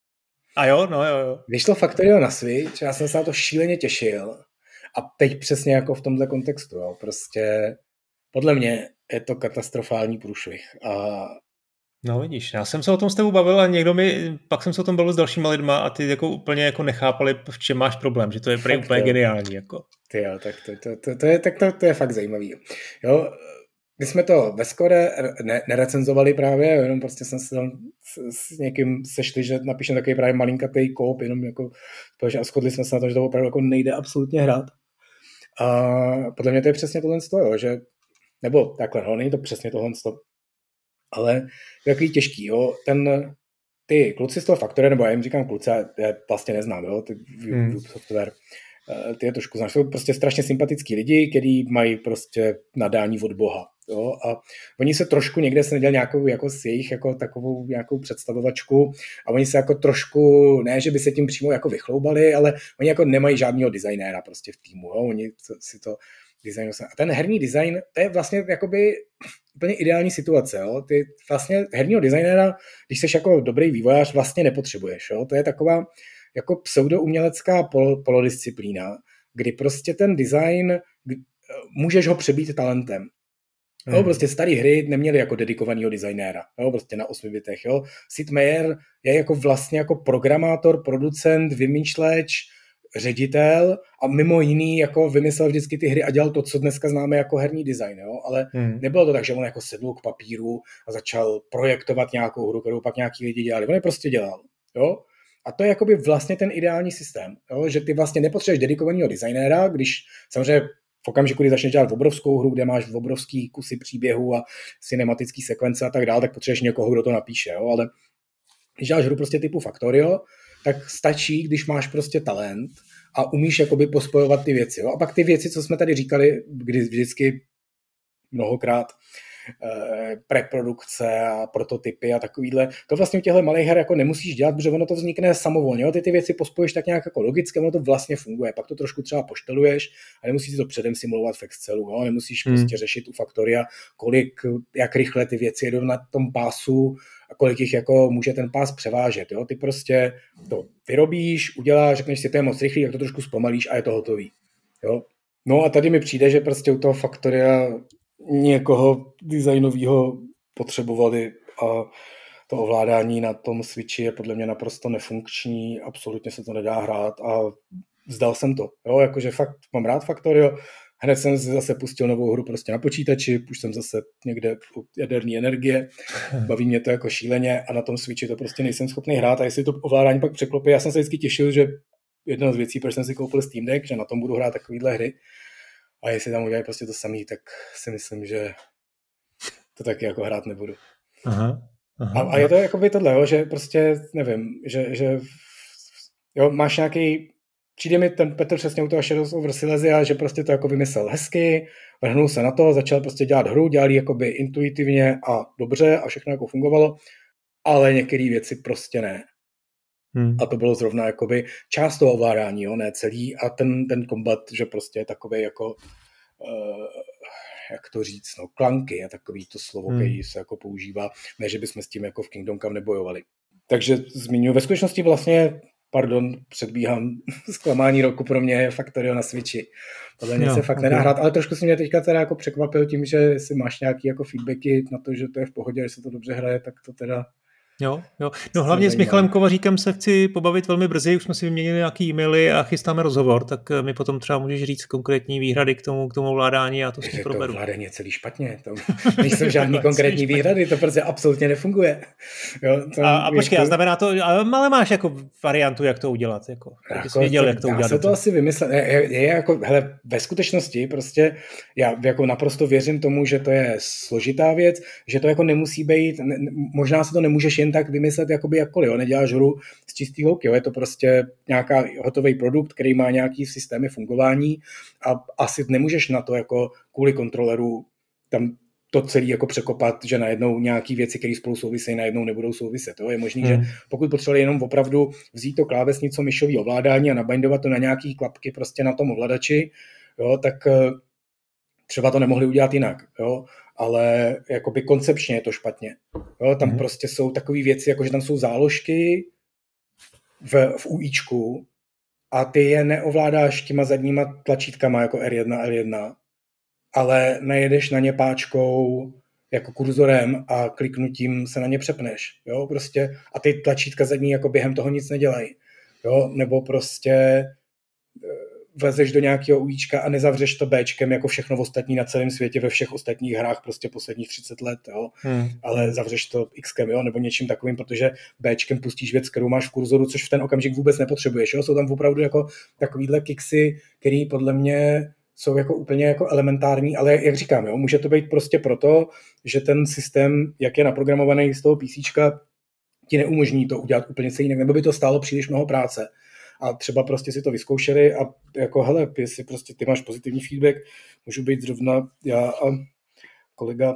A jo, no jo, jo. Vyšlo Factorio na Switch, já jsem se na to šíleně těšil. A teď přesně jako v tomhle kontextu, jo. Prostě podle mě je to katastrofální průšvih. A no vidíš, já jsem se o tom s tebou bavil a někdo mi, pak jsem se o tom bavil s dalšíma lidma a ty jako úplně jako nechápali, v čem máš problém, že to je prý úplně geniální. Jako. Ty jo, tak to, to, to, to, je, tak to, to je fakt zajímavý. Jo, my jsme to ve Skore ne, nerecenzovali právě, jenom prostě jsme se tam s, s někým sešli, že napíšeme takový právě malinkatý kóp, jenom jako, a shodli jsme se na to, že to opravdu jako nejde absolutně hrát. A podle mě to je přesně tohle jo, že, nebo takhle, no, není to přesně tohle ale je takový těžký, jo, ten, ty kluci z toho Factoria, nebo já jim říkám kluci, já vlastně neznám, jo, ty hmm. software, ty je trošku znáš, jsou prostě strašně sympatický lidi, kteří mají prostě nadání od Boha, jo, a oni se trošku někde se nedělali nějakou, jako s jejich, jako takovou nějakou představovačku a oni se jako trošku, ne, že by se tím přímo jako vychloubali, ale oni jako nemají žádného designéra prostě v týmu, jo, oni si to designu. A ten herní design, to je vlastně jakoby úplně ideální situace. Jo? Ty vlastně herního designéra, když jsi jako dobrý vývojář, vlastně nepotřebuješ. Jo? To je taková jako pseudoumělecká pol, polodisciplína, kdy prostě ten design, můžeš ho přebít talentem. Hmm. Jo? Prostě staré hry neměly jako dedikovaného designéra. Jo? Prostě na osmi bitech. Jo? Sid Meier je jako vlastně jako programátor, producent, vymýšleč, ředitel a mimo jiný jako vymyslel vždycky ty hry a dělal to, co dneska známe jako herní design, jo? Ale hmm. nebylo to tak, že on jako sedl k papíru a začal projektovat nějakou hru, kterou pak nějaký lidi dělali. On je prostě dělal, jo? A to je jakoby vlastně ten ideální systém, jo? Že ty vlastně nepotřebuješ dedikovaného designéra, když samozřejmě v okamžiku, kdy začneš dělat obrovskou hru, kde máš obrovský kusy příběhu a cinematický sekvence a tak dále, tak potřebuješ někoho, kdo to napíše, jo? Ale když děláš hru prostě typu Factorio, tak stačí, když máš prostě talent a umíš jakoby pospojovat ty věci. Jo? A pak ty věci, co jsme tady říkali, kdy vždycky mnohokrát eh, preprodukce a prototypy a takovýhle, to vlastně u těchto malých her jako nemusíš dělat, protože ono to vznikne samovolně. Jo? Ty ty věci pospojíš tak nějak jako logicky, ono to vlastně funguje. Pak to trošku třeba pošteluješ a nemusíš to předem simulovat v Excelu. Jo? Nemusíš hmm. prostě řešit u Factoria, kolik, jak rychle ty věci jedou na tom pásu a kolik jich jako může ten pás převážet. Jo? Ty prostě to vyrobíš, uděláš, řekneš si, to je moc rychlý, jak to trošku zpomalíš a je to hotový. Jo? No a tady mi přijde, že prostě u toho Factoria někoho designového potřebovali a to ovládání na tom Switchi je podle mě naprosto nefunkční, absolutně se to nedá hrát a vzdal jsem to, jo, jakože fakt mám rád Factorio, hned jsem zase pustil novou hru prostě na počítači, už jsem zase někde u jaderné energie, baví mě to jako šíleně a na tom Switchi to prostě nejsem schopný hrát a jestli to ovládání pak překlopí, já jsem se vždycky těšil, že jedna z věcí, proč jsem si koupil Steam Deck, že na tom budu hrát takovýhle hry a jestli tam udělají prostě to samý, tak si myslím, že to taky jako hrát nebudu. Aha, aha, a, a je to jakoby tohle, jo, že prostě nevím, že, že jo, máš nějaký, přijde mi ten Petr přesně u toho Shadows over Silesia, že prostě to jako vymyslel hezky, vrhnul se na to, začal prostě dělat hru, dělali jakoby intuitivně a dobře a všechno jako fungovalo, ale některé věci prostě ne. Hmm. A to bylo zrovna jakoby část toho ovládání, jo, ne celý a ten, ten kombat, že prostě je takovej jako uh, jak to říct, no, klanky je takový to slovo, hmm. který se jako používá, ne, že bychom s tím jako v Kingdom Come nebojovali. Takže zmiňuji, ve skutečnosti vlastně pardon, předbíhám, zklamání roku pro mě je Factorio na Switchi. Podle mě jo, se fakt okay. nedá hrát, ale trošku si mě teďka teda jako překvapil tím, že si máš nějaký jako feedbacky na to, že to je v pohodě, že se to dobře hraje, tak to teda... Jo, jo. No hlavně s Michalem Kovaříkem se chci pobavit velmi brzy, už jsme si vyměnili nějaký e-maily a chystáme rozhovor, tak mi potom třeba můžeš říct konkrétní výhrady k tomu, k tomu ovládání a to s tím proberu. To ovládání je celý špatně, to nejsou žádný konkrétní výhrady, to prostě absolutně nefunguje. Jo, to, a, a počkej, to... a znamená to, ale máš jako variantu, jak to udělat, jako, jako věděl, jak to udělat. Já se to asi vymyslet, je, je, je jako, hele, ve skutečnosti prostě já jako naprosto věřím tomu, že to je složitá věc, že to jako nemusí být, ne, možná se to nemůžeš jen tak vymyslet jakoby jakkoliv, jo, neděláš hru z čistý hlouky, jo, je to prostě nějaká hotový produkt, který má nějaký systémy fungování a asi nemůžeš na to jako kvůli kontroleru tam to celé jako překopat, že najednou nějaký věci, které spolu souvisejí, najednou nebudou souviset. Jo. Je možný, hmm. že pokud potřebovali jenom opravdu vzít to klávesnico myšový ovládání a nabindovat to na nějaký klapky prostě na tom ovladači, jo, tak třeba to nemohli udělat jinak, jo, ale jakoby koncepčně je to špatně. Jo, tam mm-hmm. prostě jsou takové věci, jako že tam jsou záložky v, v UIčku a ty je neovládáš těma zadníma tlačítkama jako R jedna, L jedna, ale najedeš na ně páčkou jako kurzorem a kliknutím se na ně přepneš. Jo, prostě a ty tlačítka zadní jako během toho nic nedělají. Jo, nebo prostě vlezeš do nějakého UIčka a nezavřeš to Bčkem jako všechno ostatní na celém světě ve všech ostatních hrách prostě posledních třicet let, jo. Hmm. Ale zavřeš to Xkem, jo, nebo něčím takovým, protože Bčkem pustíš věc, kterou máš v kurzoru, což v ten okamžik vůbec nepotřebuješ, jo. Jsou tam opravdu jako takovýhle kiksy, který podle mě jsou jako úplně jako elementární, ale jak říkám, jo, může to být prostě proto, že ten systém, jak je naprogramovaný z toho PCčka, ti neumožní to udělat úplně celý jinak, nebo by to stálo příliš mnoho práce. A třeba prostě si to vyzkoušeli a jako hele, jestli prostě ty máš pozitivní feedback, můžu být zrovna já a kolega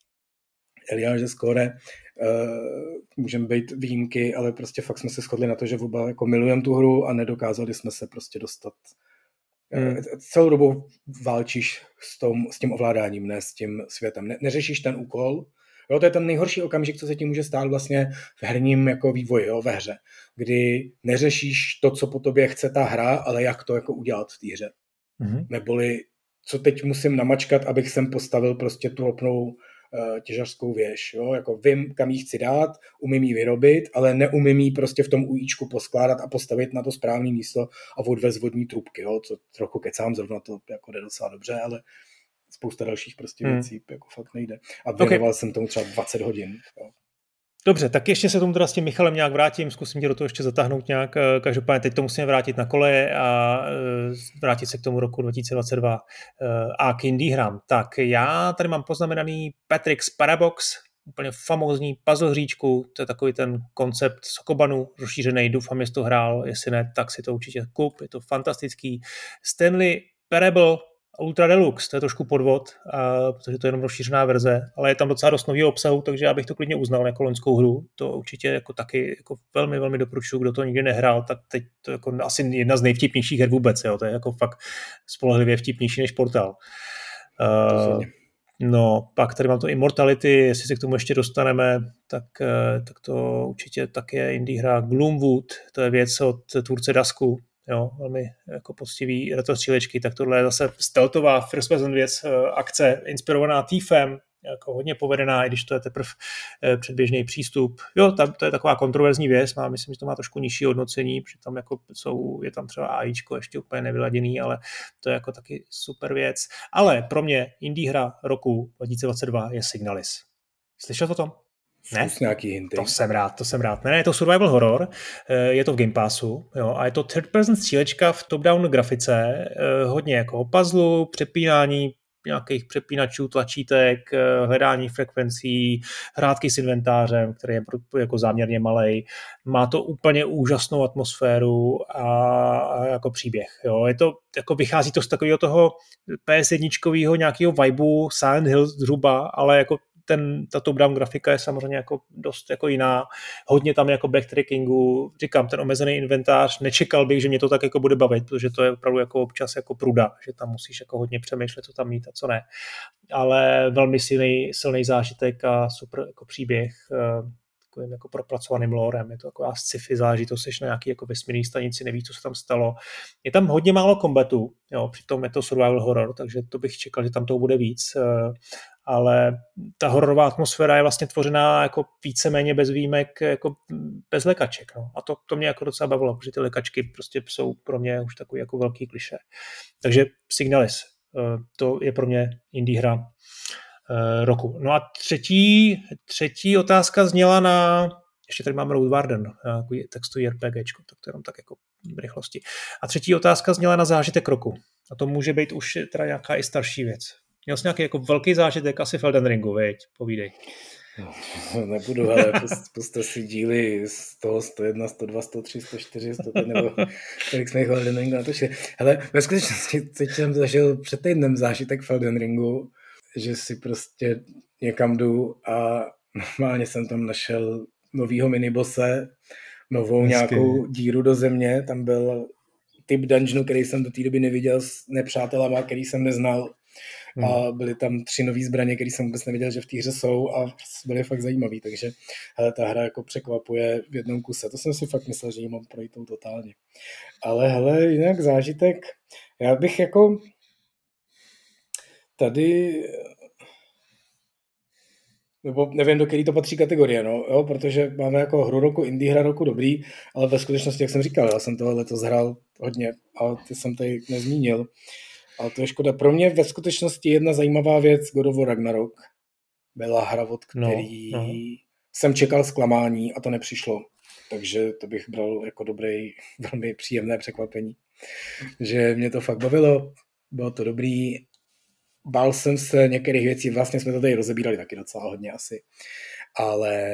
Eliáš ze Skóre, uh, můžeme být výjimky, ale prostě fakt jsme se shodli na to, že oba jako milujeme tu hru a nedokázali jsme se prostě dostat. Hmm. Celou dobu válčíš s, tom, s tím ovládáním, ne s tím světem. Ne, neřešíš ten úkol. Jo, to je ten nejhorší okamžik, co se ti může stát vlastně v herním jako vývoji, jo, ve hře, kdy neřešíš to, co po tobě chce ta hra, ale jak to jako udělat v té hře. Mm-hmm. Neboli, co teď musím namačkat, abych sem postavil prostě tu ropnou uh, těžařskou věž. Jo? Jako vím, kam ji chci dát, umím ji vyrobit, ale neumím ji prostě v tom UIčku poskládat a postavit na to správné místo a odvést vodní trubky. Jo? Co trochu kecám, zrovna to jako jde docela dobře, ale spousta dalších prostě hmm. věcí jako fakt nejde. A věnoval okay. jsem tomu třeba dvacet hodin. Jo. Dobře, tak ještě se tomu teda s tím Michalem nějak vrátím, zkusím tě do toho ještě zatáhnout nějak, každopádně teď to musíme vrátit na koleje a vrátit se k tomu roku dva tisíce dvacet dva a k indie hrám. Tak já tady mám poznamenaný Patrick's Parabox, úplně famózní puzzle hříčku, to je takový ten koncept Sokobanu, rozšířený, doufám, jestli to hrál, jestli ne, tak si to určitě kup, je to fantastický. Stanley Parable Ultra Deluxe, to je trošku podvod, a, protože to je jenom rozšířená verze, ale je tam docela dost nového obsahu, takže já bych to klidně uznal jako loňskou hru. To určitě jako taky jako velmi, velmi doporučuji, kdo to nikdy nehrál, tak teď to je jako asi jedna z nejvtipnějších her vůbec, jo. To je jako fakt spolehlivě vtipnější než Portal. Uh, no, pak tady mám to Immortality, jestli se k tomu ještě dostaneme, tak, tak to určitě tak je indie hra Gloomwood, to je věc od tvůrce Dasku. Jo, velmi jako poctivý retrostřílečky, tak tohle je zase stealthová first person věc, akce inspirovaná Thiefem, jako hodně povedená, i když to je teprve předběžný přístup. Jo, tam, to je taková kontroverzní věc, má, myslím, že to má trošku nižší hodnocení, protože tam jako jsou, je tam třeba AIčko ještě úplně nevyladěný, ale to je jako taky super věc. Ale pro mě indie hra roku dva tisíce dvacet dva je Signalis. Slyšel o tom? Ne? Nějaký hinty. To jsem rád, to jsem rád. Ne, je to survival horror, je to v Game Passu, jo, a je to third person střílečka v top-down grafice, hodně jako puzzle, přepínání nějakých přepínačů, tlačítek, hledání frekvencí, hrátky s inventářem, který je jako záměrně malej. Má to úplně úžasnou atmosféru a jako příběh. Jo. Je to, jako vychází to z takového toho P S jedna nějakého vibeu Silent Hill zhruba, ale jako ten, ta top-down grafika je samozřejmě jako dost jako jiná. Hodně tam je jako backtrackingu, říkám, ten omezený inventář, nečekal bych, že mě to tak jako bude bavit, protože to je opravdu jako občas jako pruda, že tam musíš jako hodně přemýšlet, co tam mít a co ne. Ale velmi silný, silný zážitek a super jako příběh, takovým jako propracovaným lorem. Je to taková sci-fi zážitost, jsi na nějaký jako vesmírný stanici, nevíš, co se tam stalo. Je tam hodně málo kombatu, jo, přitom je to survival horror, takže to bych čekal, že tam toho bude víc. Ale ta hororová atmosféra je vlastně tvořená jako víceméně bez výjimek, jako bez lekaček. No. A to, to mě jako docela bavilo, protože ty lekačky prostě jsou pro mě už takový jako velký klišé. Takže Signalis, to je pro mě indie hra roku. No a třetí, třetí otázka zněla na, ještě tady máme Road Warden, textový RPGčko, tak to jenom tak jako v rychlosti. A třetí otázka zněla na zážitek roku. A to může být už teda nějaká i starší věc. Měl jsi nějaký jako velký zážitek asi v Elden Ringu, veď? Povídej. No, nebudu, ale puste si díly sto, sto jedna, sto dva, sto tři, sto čtyři, sto pět, nebo kolik jsme jich v Elden Ringu natočili. Hele, ve skutečnosti teď jsem zažil před týdnem zážitek v Elden Ringu, že si prostě někam jdu a normálně jsem tam našel novýho minibose, novou Hezky. Nějakou díru do země, tam byl typ dungeonu, který jsem do té doby neviděl s nepřátelama, který jsem neznal. Hmm. A byly tam tři nový zbraně, které jsem vůbec nevěděl, že v té hře jsou a byly fakt zajímavý, takže hele, ta hra jako překvapuje v jednom kuse. To jsem si fakt myslel, že ji mám projít totálně. Ale hele, jinak zážitek, já bych jako tady, nebo nevím, do který to patří kategorie, no, jo, protože máme jako hru roku, indie hra roku dobrý, ale ve skutečnosti, jak jsem říkal, já jsem toho letos hrál hodně, ale ty jsem tady nezmínil. Ale to je škoda. Pro mě ve skutečnosti jedna zajímavá věc God of War Ragnarok byla hra, od který no, no. jsem čekal zklamání a to nepřišlo. Takže to bych bral jako dobrý, velmi příjemné překvapení. Že mě to fakt bavilo, bylo to dobrý. Bál jsem se některých věcí, vlastně jsme to tady rozebírali taky docela hodně asi. Ale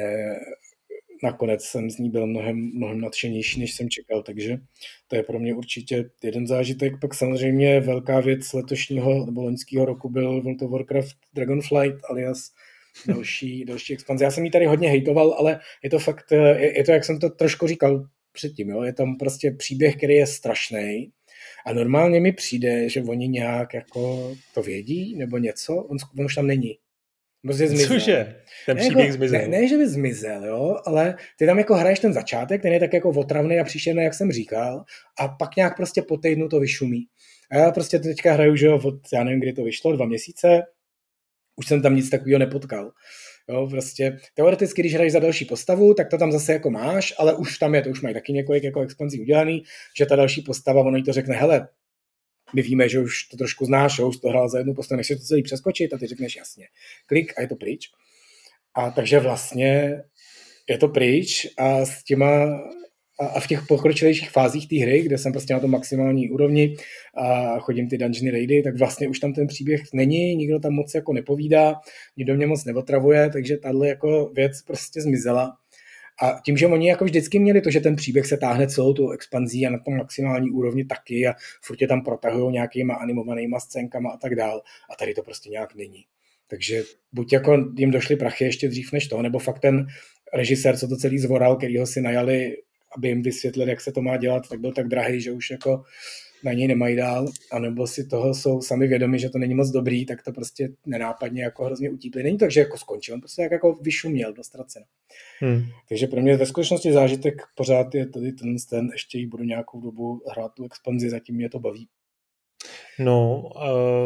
nakonec jsem z ní byl mnohem, mnohem nadšenější, než jsem čekal, takže to je pro mě určitě jeden zážitek. Pak samozřejmě velká věc letošního nebo loňského roku byl World of Warcraft Dragonflight alias další, další expanze. Já jsem ji tady hodně hejtoval, ale je to fakt, je, je to, jak jsem to trošku říkal předtím, jo? Je tam prostě příběh, který je strašný a normálně mi přijde, že oni nějak jako to vědí nebo něco, on, on už tam není. Prostě zmizel. Cože? Ten příběh jako, zmizel. Ne, ne, že by zmizel, jo, ale ty tam jako hraješ ten začátek, ten je tak jako otravný a příšerný, jak jsem říkal, a pak nějak prostě po týdnu to vyšumí. A já prostě teďka hraju, že jo, od, já nevím, kdy to vyšlo, dva měsíce, už jsem tam nic takového nepotkal. Jo, prostě teoreticky, když hraješ za další postavu, tak to tam zase jako máš, ale už tam je, to už mají taky několik jako expanzí udělaný, že ta další postava, ono jí to řekne, hele, my víme, že už to trošku znáš, už to hrál za jednu postavu, než si to celý přeskočit a ty řekneš jasně, klik a je to pryč. A takže vlastně je to pryč a s těma a v těch pokročilejších fázích té hry, kde jsem prostě na tom maximální úrovni a chodím ty dungeony raidy, tak vlastně už tam ten příběh není, nikdo tam moc jako nepovídá, nikdo mě moc neotravuje, takže tahle jako věc prostě zmizela. A tím, že oni jako vždycky měli to, že ten příběh se táhne celou tu expanzí a na tom maximální úrovni taky a furt je tam protahujou nějakýma animovanýma scénkama a tak dál. A tady to prostě nějak není. Takže buď jako jim došly prachy ještě dřív než to, nebo fakt ten režisér, co to celý zvoral, kterýho si najali, aby jim vysvětlili, jak se to má dělat, tak byl tak drahý, že už jako na něj nemají dál, anebo si toho jsou sami vědomi, že to není moc dobrý, tak to prostě nenápadně jako hrozně utípli. Není tak, že jako skončil, on prostě jak jako vyšuměl do ztracena. Hmm. Takže pro mě ve skutečnosti zážitek pořád je tady ten, ten ještě jí budu nějakou dobu hrát tu expanzi, zatím mě to baví. No, uh,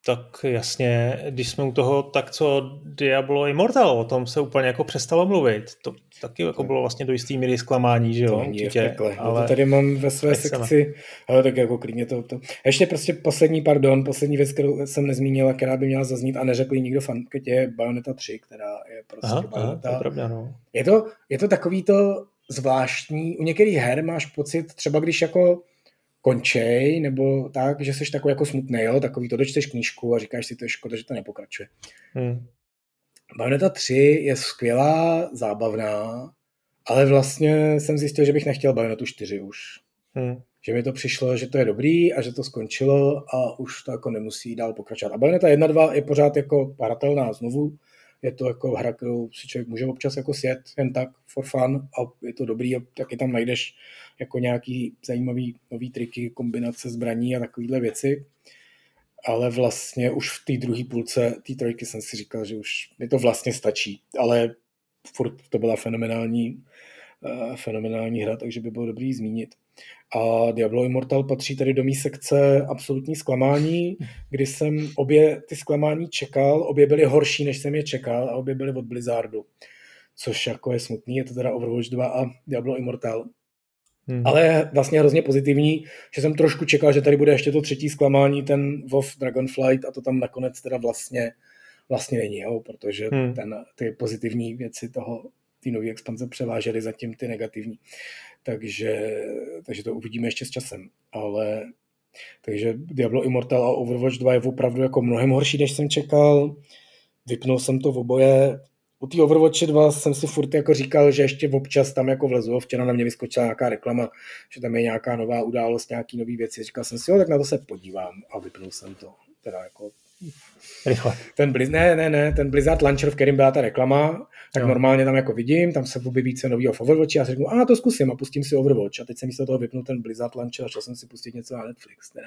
Tak jasně, když jsme u toho, tak co Diablo Immortal, o tom se úplně jako přestalo mluvit. To taky jako bylo vlastně do jistý míry zklamání, že jo? To Určitě, je v pekle. ale... No to tady mám ve své nechceme. sekci, ale tak jako klidně to, to. Ještě prostě poslední, pardon, poslední věc, kterou jsem nezmínila, která by měla zaznít a neřekl jí nikdo v anketě, je Bayonetta tři, která je prostě aha, Bayonetta. aha, to je pravda, no. Je to, je to takový to zvláštní, u některých her máš pocit, třeba když jako končej, nebo tak, že jsi takový jako smutný, jo? Takový to dočteš knížku a říkáš si, to je škoda, že to nepokračuje. Hmm. Bayonetta tři je skvělá, zábavná, ale vlastně jsem zjistil, že bych nechtěl Bayonettu čtyři už. Hmm. Že mi to přišlo, že to je dobrý a že to skončilo a už to jako nemusí dál pokračovat. A Bayonetta jedna dva je pořád jako hratelná znovu. Je to jako hra, kterou si člověk může občas jako sjet jen tak for fun a je to dobrý a taky tam najdeš jako nějaký zajímavý nový triky, kombinace zbraní a takovýhle věci. Ale vlastně už v té druhé půlce té trojky jsem si říkal, že už mi to vlastně stačí. Ale furt to byla fenomenální, uh, fenomenální hra, takže by bylo dobrý zmínit. A Diablo Immortal patří tady do mý sekce absolutní zklamání, kdy jsem obě ty zklamání čekal, obě byly horší, než jsem je čekal a obě byly od Blizzardu. Což jako je smutný, je to teda Overwatch dva a Diablo Immortal. Hmm. Ale vlastně hrozně pozitivní, že jsem trošku čekal, že tady bude ještě to třetí zklamání, ten WoW Dragonflight a to tam nakonec teda vlastně, vlastně není, jo, protože hmm. ten, ty pozitivní věci toho, ty nové expanze převážely zatím ty negativní. Takže, takže to uvidíme ještě s časem. Ale takže Diablo Immortal a Overwatch dva je opravdu jako mnohem horší, než jsem čekal. Vypnul jsem to v oboje. U té Overwatch dva jsem si furt jako říkal, že ještě občas tam jako vlezu. Včera na mě vyskočila nějaká reklama, že tam je nějaká nová událost, nějaký nový věci. Říkal jsem si, jo, tak na to se podívám a vypnul jsem to. Teda jako rychle. Ten Blizz, ne, ne, ne, ten Blizzard Launcher, v kterém byla ta reklama, tak jo. Normálně tam jako vidím, tam se objeví co novýho v Overwatchi a já si řeknu, a to zkusím a pustím si Overwatch. A teď jsem místo toho vypnul ten Blizzard Launcher a šel jsem si pustit něco na Netflix. Teda.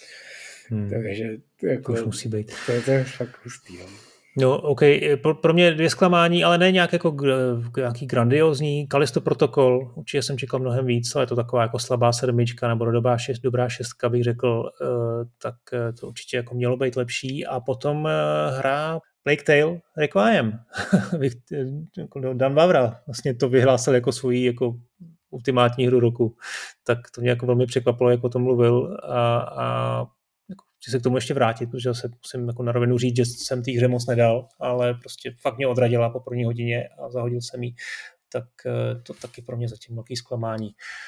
Hmm. Takže to, jako, to už musí být. To, to je fakt hustý. No. No, OK, pro, pro mě dvě zklamání, ale ne nějak jako nějaký grandiozní. Callisto Protocol, určitě jsem čekal mnohem víc, ale je to taková jako slabá sedmička nebo dobrá, šest, dobrá šestka, bych řekl, tak to určitě jako mělo být lepší. A potom hra Plague Tale Requiem. Dan Vavra vlastně to vyhlásil jako svoji jako ultimátní hru roku. Tak to mě jako velmi překvapilo, jak o tom mluvil a, a chci se k tomu ještě vrátit, protože se musím jako na rovinu říct, že jsem té hře moc nedal, ale prostě fakt mě odradila po první hodině a zahodil jsem jí, tak to taky pro mě zatím velký zklamání.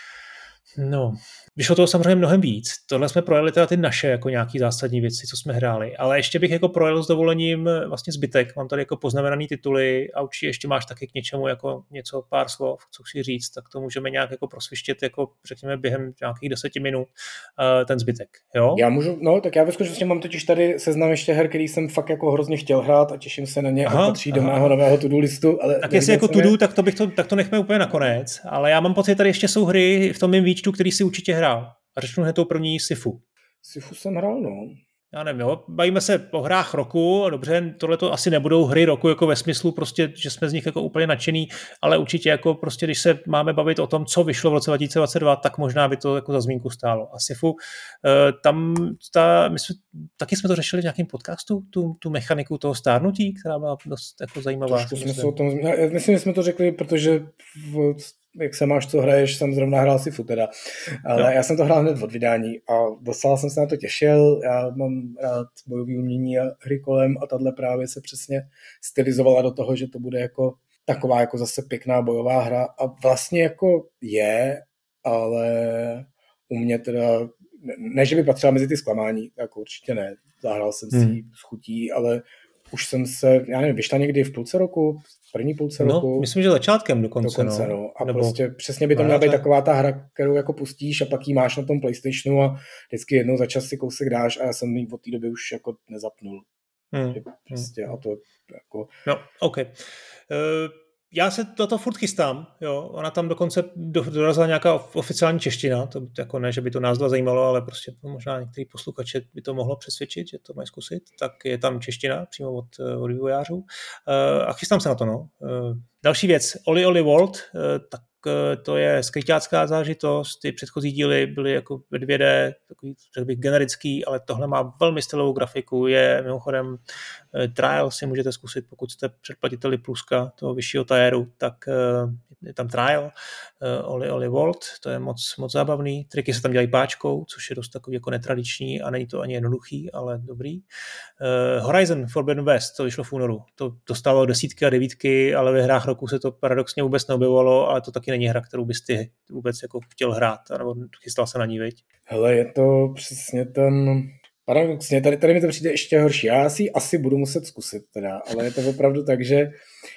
No, vyšlo toho samozřejmě mnohem víc. Tohle jsme projeli teda ty naše jako nějaký zásadní věci, co jsme hráli, ale ještě bych jako projel s dovolením vlastně zbytek. Mám tady jako poznamenaný tituly a určitě ještě máš taky k něčemu jako něco, pár slov, co chci říct, tak to můžeme nějak jako prosvištět, jako řekněme během nějakých deseti minut uh, ten zbytek, jo? Já můžu, no tak já ve skutečnosti mám totiž tady seznam ještě her, který jsem fakt jako hrozně chtěl hrát a těším se na ně aha, a patří aha. do mého nového to-do listu. Ale tak jestli jako to-do, tak to, bych to, tak to nechme úplně nakonec, ale já mám pocit, tady ještě jsou hry v tom mým výčtu, který si určitě hrál. A řeknu hned tou první Sifu. Sifu jsem hrál, no. Já nevím, jo. Bavíme se o hrách roku, dobře, tohle to asi nebudou hry roku jako ve smyslu prostě, že jsme z nich jako úplně nadšený, ale určitě jako prostě, když se máme bavit o tom, co vyšlo v roce dva tisíce dvacet dva, tak možná by to jako za zmínku stálo. A Sifu, tam ta, my jsme, taky jsme to řešili v nějakém podcastu, tu, tu mechaniku toho stárnutí, která byla dost jako zajímavá. Jsme se o tom, já myslím, že jsme to řekli, protože v, jak se máš, co hraješ, jsem zrovna hrál Sifu teda, ale no. Já jsem to hrál hned od vydání a docela jsem se na to těšil, já mám rád bojový umění a hry kolem a tahle právě se přesně stylizovala do toho, že to bude jako taková jako zase pěkná bojová hra a vlastně jako je, ale u mě teda, ne, že by patřila mezi ty zklamání, jako určitě ne, zahrál jsem si hmm. s chutí, ale už jsem se, já nevím, vyšla někdy v půlce roku, v první půlce no, roku. Myslím, že začátkem dokonce. dokonce no. No. A nebo prostě přesně by to měla být taková ta hra, kterou jako pustíš a pak ji máš na tom PlayStationu a vždycky jednou za čas si kousek dáš a já jsem ji od té doby už jako nezapnul. Hmm. Prostě a to jako... No, OK. Uh... Já se toto furt chystám, jo. Ona tam dokonce dorazila nějaká oficiální čeština, to jako ne, že by to nás dva zajímalo, ale prostě možná některý posluchače by to mohlo přesvědčit, že to mají zkusit, tak je tam čeština přímo od, od vývojářů a chystám se na to, no. Další věc, Oli Oli World, tak to je skryťácká zážitost, ty předchozí díly byly jako ve dvě dé, takový, řekl bych, generický, ale tohle má velmi stylovou grafiku, je mimochodem trial si můžete zkusit, pokud jste předplatiteli pluska toho vyššího tajeru, tak je tam trial, Oli Oli World, to je moc, moc zábavný, triky se tam dělají páčkou, což je dost takový jako netradiční a není to ani jednoduchý, ale dobrý. Horizon Forbidden West, to vyšlo v únoru, to dostalo desítky a devítky, ale ve hrách roku se to paradoxně vůbec neobjevovalo, ale to taky není hra, kterou bys ty vůbec jako chtěl hrát, nebo chystal se na ní, viď? Hele, je to přesně ten... Paradoxně, tady, tady mi to přijde ještě horší. Já si asi budu muset zkusit teda, ale je to opravdu tak, že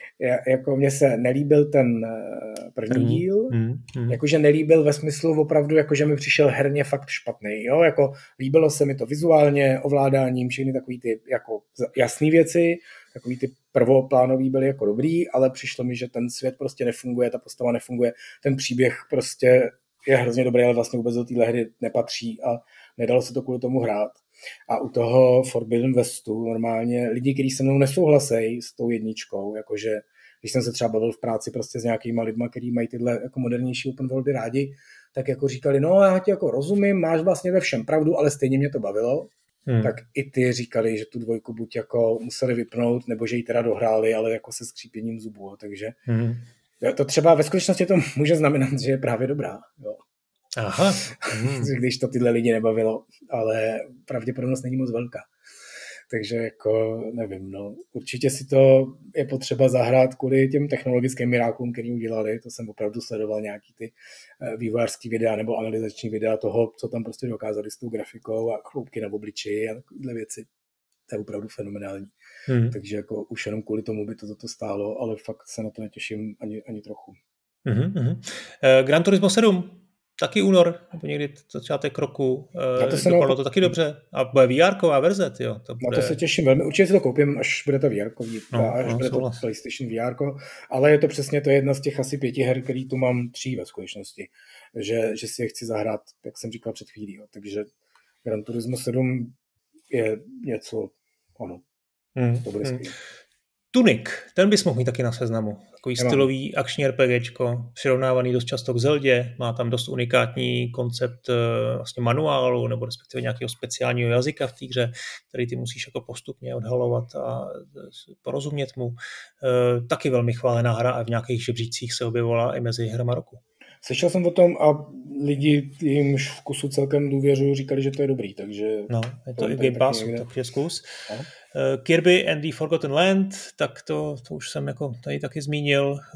jako mně se nelíbil ten první, první. díl, mm, mm. jakože nelíbil ve smyslu opravdu, jakože mi přišel herně fakt špatný, jo, jako líbilo se mi to vizuálně, ovládáním, všechny takový ty jako jasný věci, takový ty prvoplánový byly jako dobrý, ale přišlo mi, že ten svět prostě nefunguje, ta postava nefunguje, ten příběh prostě je hrozně dobrý, ale vlastně vůbec do téhle hry nepatří a nedalo se to kvůli tomu hrát. A u toho Forbidden Westu normálně lidi, kteří se mnou nesouhlasejí s tou jedničkou, jakože když jsem se třeba bavil v práci prostě s nějakýma lidma, kteří mají tyhle jako modernější open worldy rádi, tak jako říkali, no já ti jako rozumím, máš vlastně ve všem pravdu, ale stejně mě to bavilo. Hmm. Tak i ty říkali, že tu dvojku buď jako museli vypnout, nebo že ji teda dohráli, ale jako se skřípěním zubů, takže hmm. to třeba ve skutečnosti to může znamenat, že je právě dobrá, jo. Aha. Hmm. Když to tyhle lidi nebavilo, ale pravděpodobnost není moc velká. Takže jako nevím, no. Určitě si to je potřeba zahrát kvůli těm technologickým miráklům, který udělali. To jsem opravdu sledoval nějaký ty vývojářský videa nebo analyzační videa toho, co tam prostě dokázali s tou grafikou a chloupky na obličeji a takovéhle věci. To je opravdu fenomenální. Hmm. Takže jako už jenom kvůli tomu by to toto stálo, ale fakt se na to netěším ani, ani trochu. Hmm. Uh, Gran Turismo sedm. Taky únor, nebo někdy začátek roku, to dopadlo to taky dobře. A bude vé erková verze, jo. To bude... Na to se těším velmi. Určitě si to koupím, až bude to vé erkový, no, až no, bude to PlayStation vé erko, ale je to přesně to jedna z těch asi pěti her, který tu mám tří ve skutečnosti. Že, že si je chci zahrát, jak jsem říkal před chvílí. Jo. Takže Gran Turismo sedm je něco, ano, hmm. to bude skvělé. Hmm. Tunic, ten bys mohl mít taky na seznamu. Takový Nemám. stylový akční RPGčko, přirovnávaný dost často k Zeldě, má tam dost unikátní koncept vlastně manuálu, nebo respektive nějakého speciálního jazyka v té hře, který ty musíš jako postupně odhalovat a porozumět mu. Taky velmi chválená hra a v nějakých žebřících se objevovala i mezi hrama roku. Slyšel jsem o tom a lidi jimž vkusu celkem důvěřují, říkali, že to je dobrý, takže... No, je to i Game Pass, takže zkus. No. Uh, Kirby and the Forgotten Land, tak to, to už jsem jako tady taky zmínil. Uh,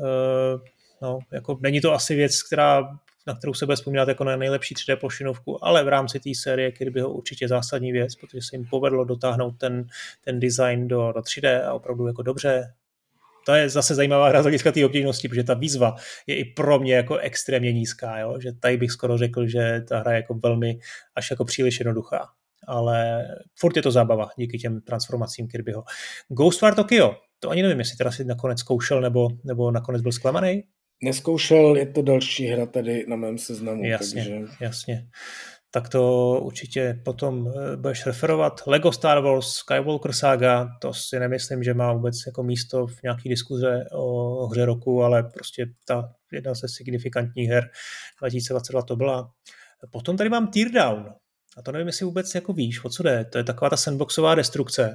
no, jako není to asi věc, která, na kterou se bude vzpomínat jako na nejlepší tři dé plošinovku, ale v rámci té série Kirbyho určitě zásadní věc, protože se jim povedlo dotáhnout ten, ten design do, do tři dé a opravdu jako dobře. To je zase zajímavá hra z hlediska té obtížnosti, protože ta výzva je i pro mě jako extrémně nízká, jo? Že tady bych skoro řekl, že ta hra je jako velmi až jako příliš jednoduchá. Ale furt je to zábava díky těm transformacím Kirbyho. Ghostwire Tokyo, to ani nevím, jestli teda si nakonec zkoušel nebo, nebo nakonec byl zklamaný. Neskoušel, je to další hra tady na mém seznamu. Jasně, takže... jasně. Tak to určitě potom budeš referovat. Lego Star Wars Skywalker Saga, to si nemyslím, že má vůbec jako místo v nějaký diskuze o hře roku, ale prostě ta jedna ze signifikantních her dva tisíce dvacet dva to byla. Potom tady mám Teardown. A to nevím, jestli vůbec jako víš, o co jde. To je taková ta sandboxová destrukce,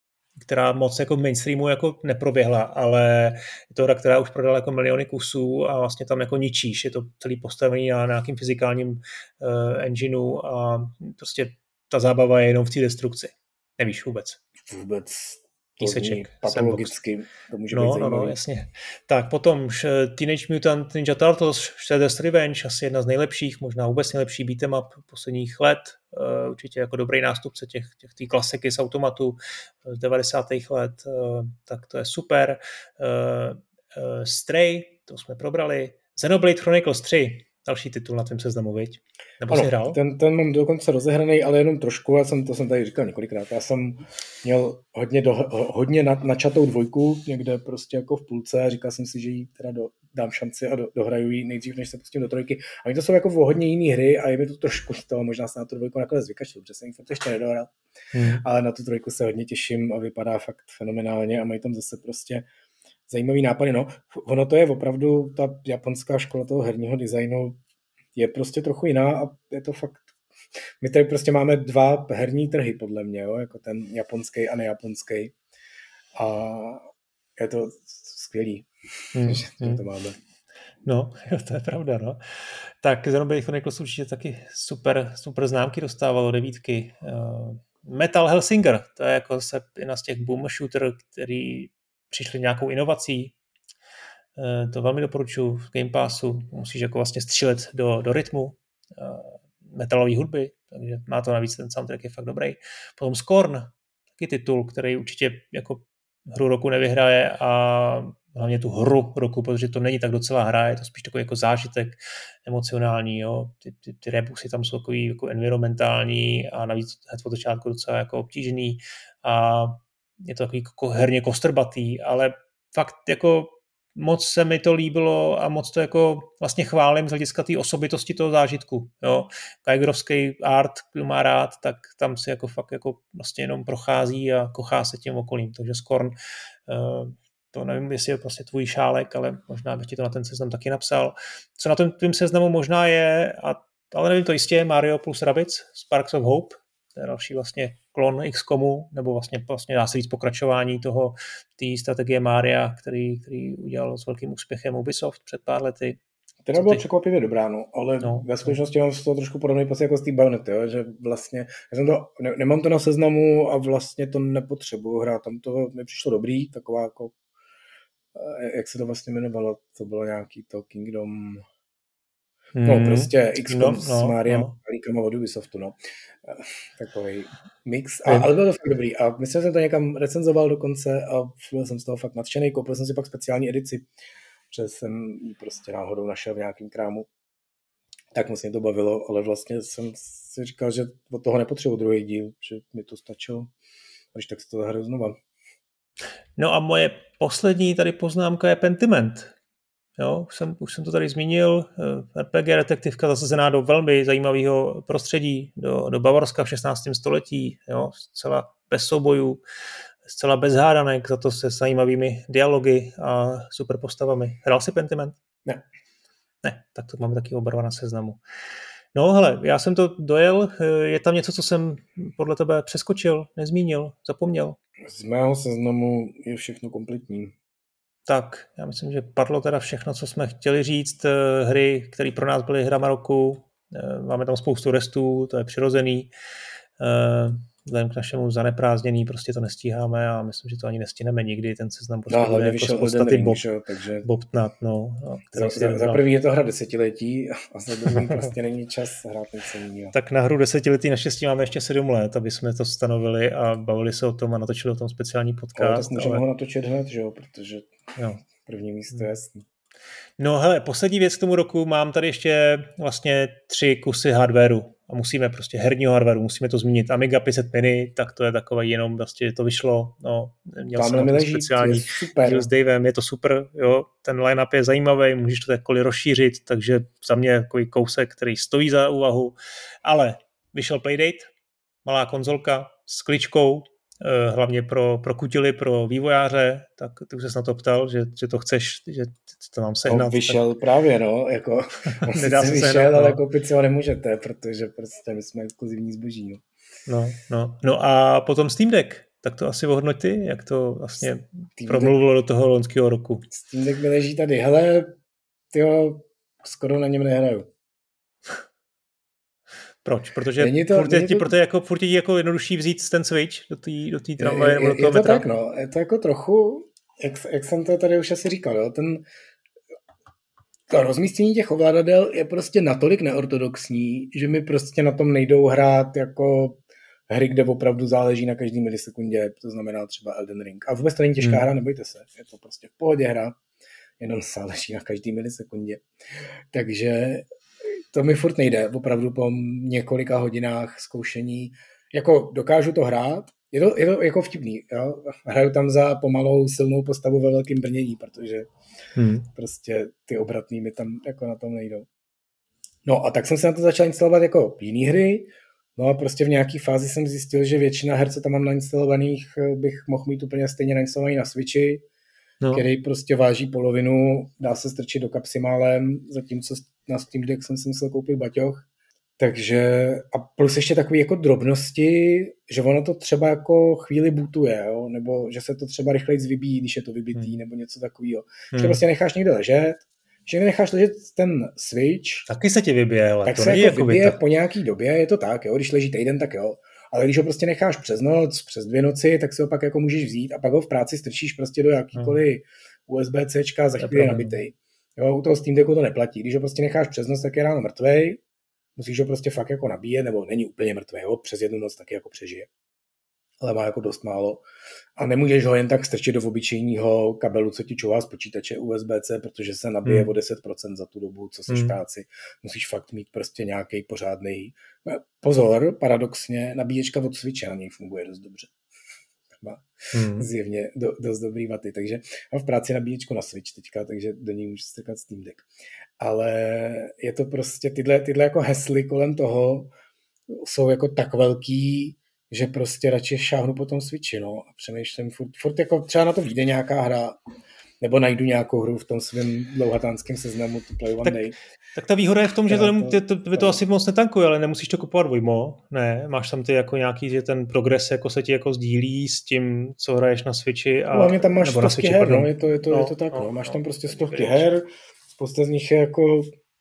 která moc jako v mainstreamu jako neproběhla, ale je to hra, která už prodala jako miliony kusů a vlastně tam jako ničíš. Je to celý postavený na nějakým fyzikálním uh, engineu a prostě ta zábava je jenom v té destrukci. Nevíš vůbec. Vůbec. Píseček. Patologicky. To může no, být zajímavý. No, no, jasně. Tak potom Teenage Mutant Ninja Turtles Shredder's Revenge, asi jedna z nejlepších, možná vůbec nejlepší beat'em up posledních let. Uh, určitě jako dobrý nástupce těch, těch tý klasiky z automatu z devadesátých let. Uh, tak to je super. Uh, uh, Stray, to jsme probrali. Xenoblade Chronicles tři, další titul na tvém seznamu, viď? Nebo ano, jsi hrál? Ten, ten mám dokonce rozehraný, ale jenom trošku, já jsem, to jsem tady říkal několikrát, já jsem měl hodně, do, hodně na, načatou dvojku, někde prostě jako v půlce a říkal jsem si, že jí teda do, dám šanci a do, dohraju ji nejdřív, než se pustím do trojky. A to jsou jako hodně jiný hry a je mi to trošku to, možná se na tu dvojku nakonec vykašlu, protože jsem ji fakt ještě nedohral, hmm. ale na tu trojku se hodně těším a vypadá fakt fenomenálně a mají tam zase prostě zajímavý nápady. No, ono to je opravdu, ta japonská škola toho herního designu je prostě trochu jiná a je to fakt. My tady prostě máme dva herní trhy, podle mě, jo, jako ten japonský a nejaponský. A je to skvělý, hmm, že hmm. to máme. No, jo, to je pravda, no. Tak Xenoblade Chronicles určitě taky super, super známky dostávalo, devítky. Uh, Metal Hellsinger, to je jako se jedna z těch boom shooter, který přišli nějakou inovací. Uh, to velmi doporučuji v Game Passu. Musíš jako vlastně střílet do, do rytmu uh, metalové hudby, takže má to navíc, ten soundtrack je fakt dobrý. Potom Scorn, taky titul, který určitě jako hru roku nevyhraje a hlavně tu hru roku, protože to není tak docela hra, je to spíš takový jako zážitek emocionální, jo. Ty, ty, ty rebusy tam jsou takový jako environmentální a navíc hned od začátku docela jako obtížený a je to takový jako herně kostrbatý, ale fakt jako moc se mi to líbilo a moc to jako vlastně chválím z hlediska té osobitosti toho zážitku, jo. Geigerovský art, kdo má rád, tak tam si jako fakt jako vlastně jenom prochází a kochá se tím okolím, takže Scorn, uh, to nevím, jestli je prostě tvůj šálek, ale možná bych ti to na ten seznam taky napsal. Co na tom tvým seznamu možná je, a, ale nevím to jistě, Mario plus Rabbids, Sparks of Hope, to je další vlastně klon X COMu, nebo vlastně, vlastně dá se říct pokračování toho, té strategie Maria, který, který udělal s velkým úspěchem Ubisoft před pár lety. Teda bylo překvapivě dobrá, no, ale no, ve skutečnosti no. mám z toho trošku podobný pocit jako z té Bayonety, jo, že vlastně, já jsem to, ne, nemám to na seznamu a vlastně to nepotřebuju hrát, tam to mi přišlo dobrý, taková jako, jak se to vlastně jmenovalo, to bylo nějaký to Kingdom, hmm. no prostě X COM no, s no, Mariem no. a od Ubisoftu, no, takový mix, a, ale bylo to fakt dobrý a myslím, že jsem to někam recenzoval dokonce a byl jsem z toho fakt nadšený, koupil jsem si pak speciální edici, protože jsem ji prostě náhodou našel v nějakém krámu. Tak moc mě to bavilo, ale vlastně jsem si říkal, že od toho nepotřebuji druhý díl, že mi to stačilo. Když tak si to zahraju znova. No a moje poslední tady poznámka je Pentiment. Jo, už jsem, už jsem to tady zmínil. R P G detektivka zasazená do velmi zajímavého prostředí, do, do Bavorska v šestnáctém století, jo, zcela bez soubojů, zcela bez hádanek, za to se zajímavými dialogy a super postavami. Hrál jsi Pentiment? Ne. Ne, tak to máme taky oba na seznamu. No hele, já jsem to dojel, je tam něco, co jsem podle tebe přeskočil, nezmínil, zapomněl? Z mého seznamu je všechno kompletní. Tak, já myslím, že padlo teda všechno, co jsme chtěli říct, hry, které pro nás byly hrama roku, máme tam spoustu restů, to je přirozený, vzhledem k našemu zaneprázdnění, prostě to nestíháme a myslím, že to ani nestihneme nikdy, ten seznam prostě no, bude jako z podstaty bob, takže... bobtnat, no. no za, za, za první je to hra desetiletí a za druhý prostě není čas hrát něco jiného. Tak na hru desetiletí naštěstí máme ještě sedm let, aby jsme to stanovili a bavili se o tom a natočili o tom speciální podcast. Ale tak můžeme ale... ho natočit hned, že jo, protože jo. První místo je jasný. No hele, poslední věc k tomu roku, mám tady ještě vlastně tři kusy hardwareu a musíme prostě herního hardwareu, musíme to zmínit. Amiga pět set mini, tak to je takové jenom vlastně to vyšlo, no, měl Tamhle jsem na to speciální díl s Davem, je to super, jo, ten line-up je zajímavý, můžeš to jakkoliv rozšířit, takže za mě takový kousek, který stojí za úvahu, ale vyšel Playdate, malá konzolka s kličkou, hlavně pro, pro kutily, pro vývojáře, tak ty už ses na to ptal, že, že to chceš, že to mám sehnat. On vyšel tak... právě, no, jako nedá se vyšel, sehnat, ale no. koupit si ho nemůžete, protože prostě my jsme exkluzivní zboží, no. No, no. No a potom Steam Deck, tak to asi ohodnoť ty, jak to vlastně Steam promluvilo Deck... do toho loňského roku. Steam Deck mi leží tady, hele, tyjo, skoro na něm nehraju. Proč? Protože to, furt je ti to... proto jako, furt je jako jednodušší vzít ten Switch do té do té tramvaje nebo do toho je to metra? Tak, no. Je to jako trochu, jak, jak jsem to tady už asi říkal, jo, ten to rozmístění těch ovladadel je prostě natolik neortodoxní, že mi prostě na tom nejdou hrát jako hry, kde opravdu záleží na každý milisekundě, to znamená třeba Elden Ring. A vůbec to není těžká hmm. hra, nebojte se, je to prostě v pohodě hra, jenom záleží na každý milisekundě. Takže to mi furt nejde, opravdu po několika hodinách zkoušení. Jako dokážu to hrát, je to, je to jako vtipný, jo? Hraju tam za pomalou silnou postavu ve velkém brnění, protože hmm. prostě ty obratný mi tam jako na tom nejdou. No a tak jsem se na to začal instalovat jako jiný hry, no a prostě v nějaký fázi jsem zjistil, že většina her, co tam mám nainstalovaných, bych mohl mít úplně stejně nainstalovaný na Switchi, no. který prostě váží polovinu, dá se strčit do kapsy málem, zatímco na Steam Deck jsem si musel koupit baťoch. Takže a plus ještě takové jako drobnosti, že ono to třeba jako chvíli bootuje, jo? Nebo že se to třeba rychleji vybíjí, když je to vybitý, hmm. nebo něco takového. Hmm. Že prostě necháš někde ležet, že necháš ležet ten Switch. Taky se ti vybije, ale tak to se není jako jako vybije to... po nějaký době, je to tak, jo? Když leží týden, tak jo. Ale když ho prostě necháš přes noc, přes dvě noci, tak si ho pak jako můžeš vzít a pak ho v práci strčíš prostě do jakýkoliv hmm. U S B Cčka, za chvíli je nabitej. Jo, u toho Steam Decku to neplatí. Když ho prostě necháš přes noc, tak je ráno mrtvej. Musíš ho prostě fakt jako nabíjet, nebo není úplně mrtvý, jo? Přes jednu noc taky jako přežije. Ale má jako dost málo. A nemůžeš ho jen tak strčit do obyčejného kabelu, co ti čouvá z počítače U S B C, protože se nabije hmm. o deset procent za tu dobu, co seš v práci. Musíš fakt mít prostě nějaký pořádný. Pozor, paradoxně, nabíječka od Switche na něj funguje dost dobře. Má hmm. zjevně do, dost dobrý vaty. Takže mám v práci nabíječku na Switch teďka, takže do něj můžu strkat Steam Deck. Ale je to prostě, tyhle, tyhle jako hesly kolem toho jsou jako tak velký, že prostě radši šáhnu po tom Switchi, no, a přemýšlím furt, furt jako třeba na to vyjde nějaká hra, nebo najdu nějakou hru v tom svém dlouhatánském seznamu to Play One tak, Day. Tak ta výhoda je v tom, že to, nemů, to, to, to, to asi moc netankuje, ale nemusíš to kupovat dvojmo, ne, máš tam ty jako nějaký, že ten progres jako se ti jako sdílí s tím, co hraješ na Switchi. A, hlavně tam máš stovky her, no, je to, je to, no, je to tak, no, no. Máš tam prostě stovky no, her, spousta z nich je jako,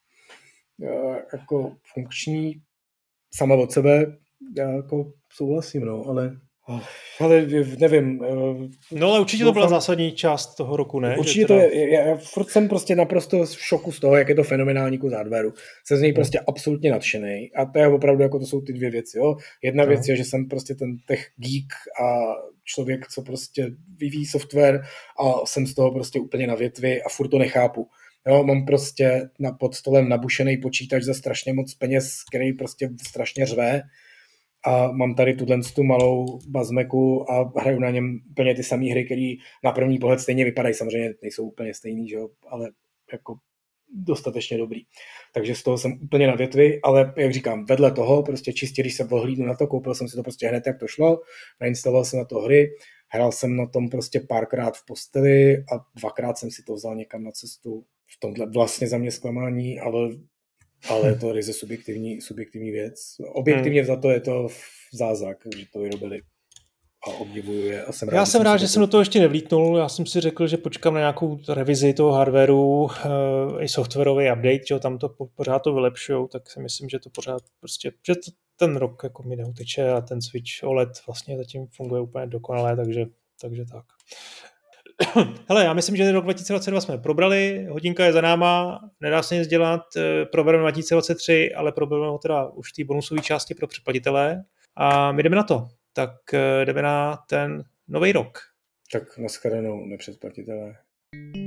jako funkční sama od sebe, já jako souhlasím, no, ale ale nevím. No ale určitě to byla zásadní část toho roku, ne? Určitě teda... to je, já furt jsem prostě naprosto v šoku z toho, jak je to fenomenální kus hardwareu. Jsem z něj prostě absolutně nadšenej a to je opravdu, jako to jsou ty dvě věci, jo. Jedna no. věc je, že jsem prostě ten tech geek a člověk, co prostě vyvíjí software a jsem z toho prostě úplně na větvi a furt to nechápu. Jo, mám prostě na, pod stolem nabušený počítač za strašně moc peněz, který prostě strašně řve. A mám tady tuhle tu malou bazmeku a hraju na něm úplně ty samé hry, které na první pohled stejně vypadají. Samozřejmě nejsou úplně stejný, že jo? Ale jako dostatečně dobrý. Takže z toho jsem úplně na větvi, ale jak říkám, vedle toho, prostě čistě, když se ohlídnu na to, koupil jsem si to prostě hned, jak to šlo, nainstaloval jsem na to hry, hrál jsem na tom prostě párkrát v posteli a dvakrát jsem si to vzal někam na cestu. V tomhle vlastně za mě zklamání, ale ale je to ryze subjektivní, subjektivní věc. Objektivně za to je to zázrak, že to vyrobili a obdivuju je. A jsem rád, já jsem rád, že jsem do toho ještě nevlítnul. Já jsem si řekl, že počkám na nějakou revizi toho hardwareu, i softwarový update, že tam to pořád to vylepšujou, tak si myslím, že to pořád prostě, že to ten rok jako mi neuteče a ten Switch O L E D vlastně zatím funguje úplně dokonale, takže, takže tak. Hele, já myslím, že rok dva tisíce dvacet dva jsme probrali, hodinka je za náma, nedá se nic dělat, probereme dva tisíce dvacet tři, ale probereme ho teda už v té bonusové části pro předplatitele a my jdeme na to. Tak jdeme na ten nový rok. Tak nashledanou nepředplatitelé.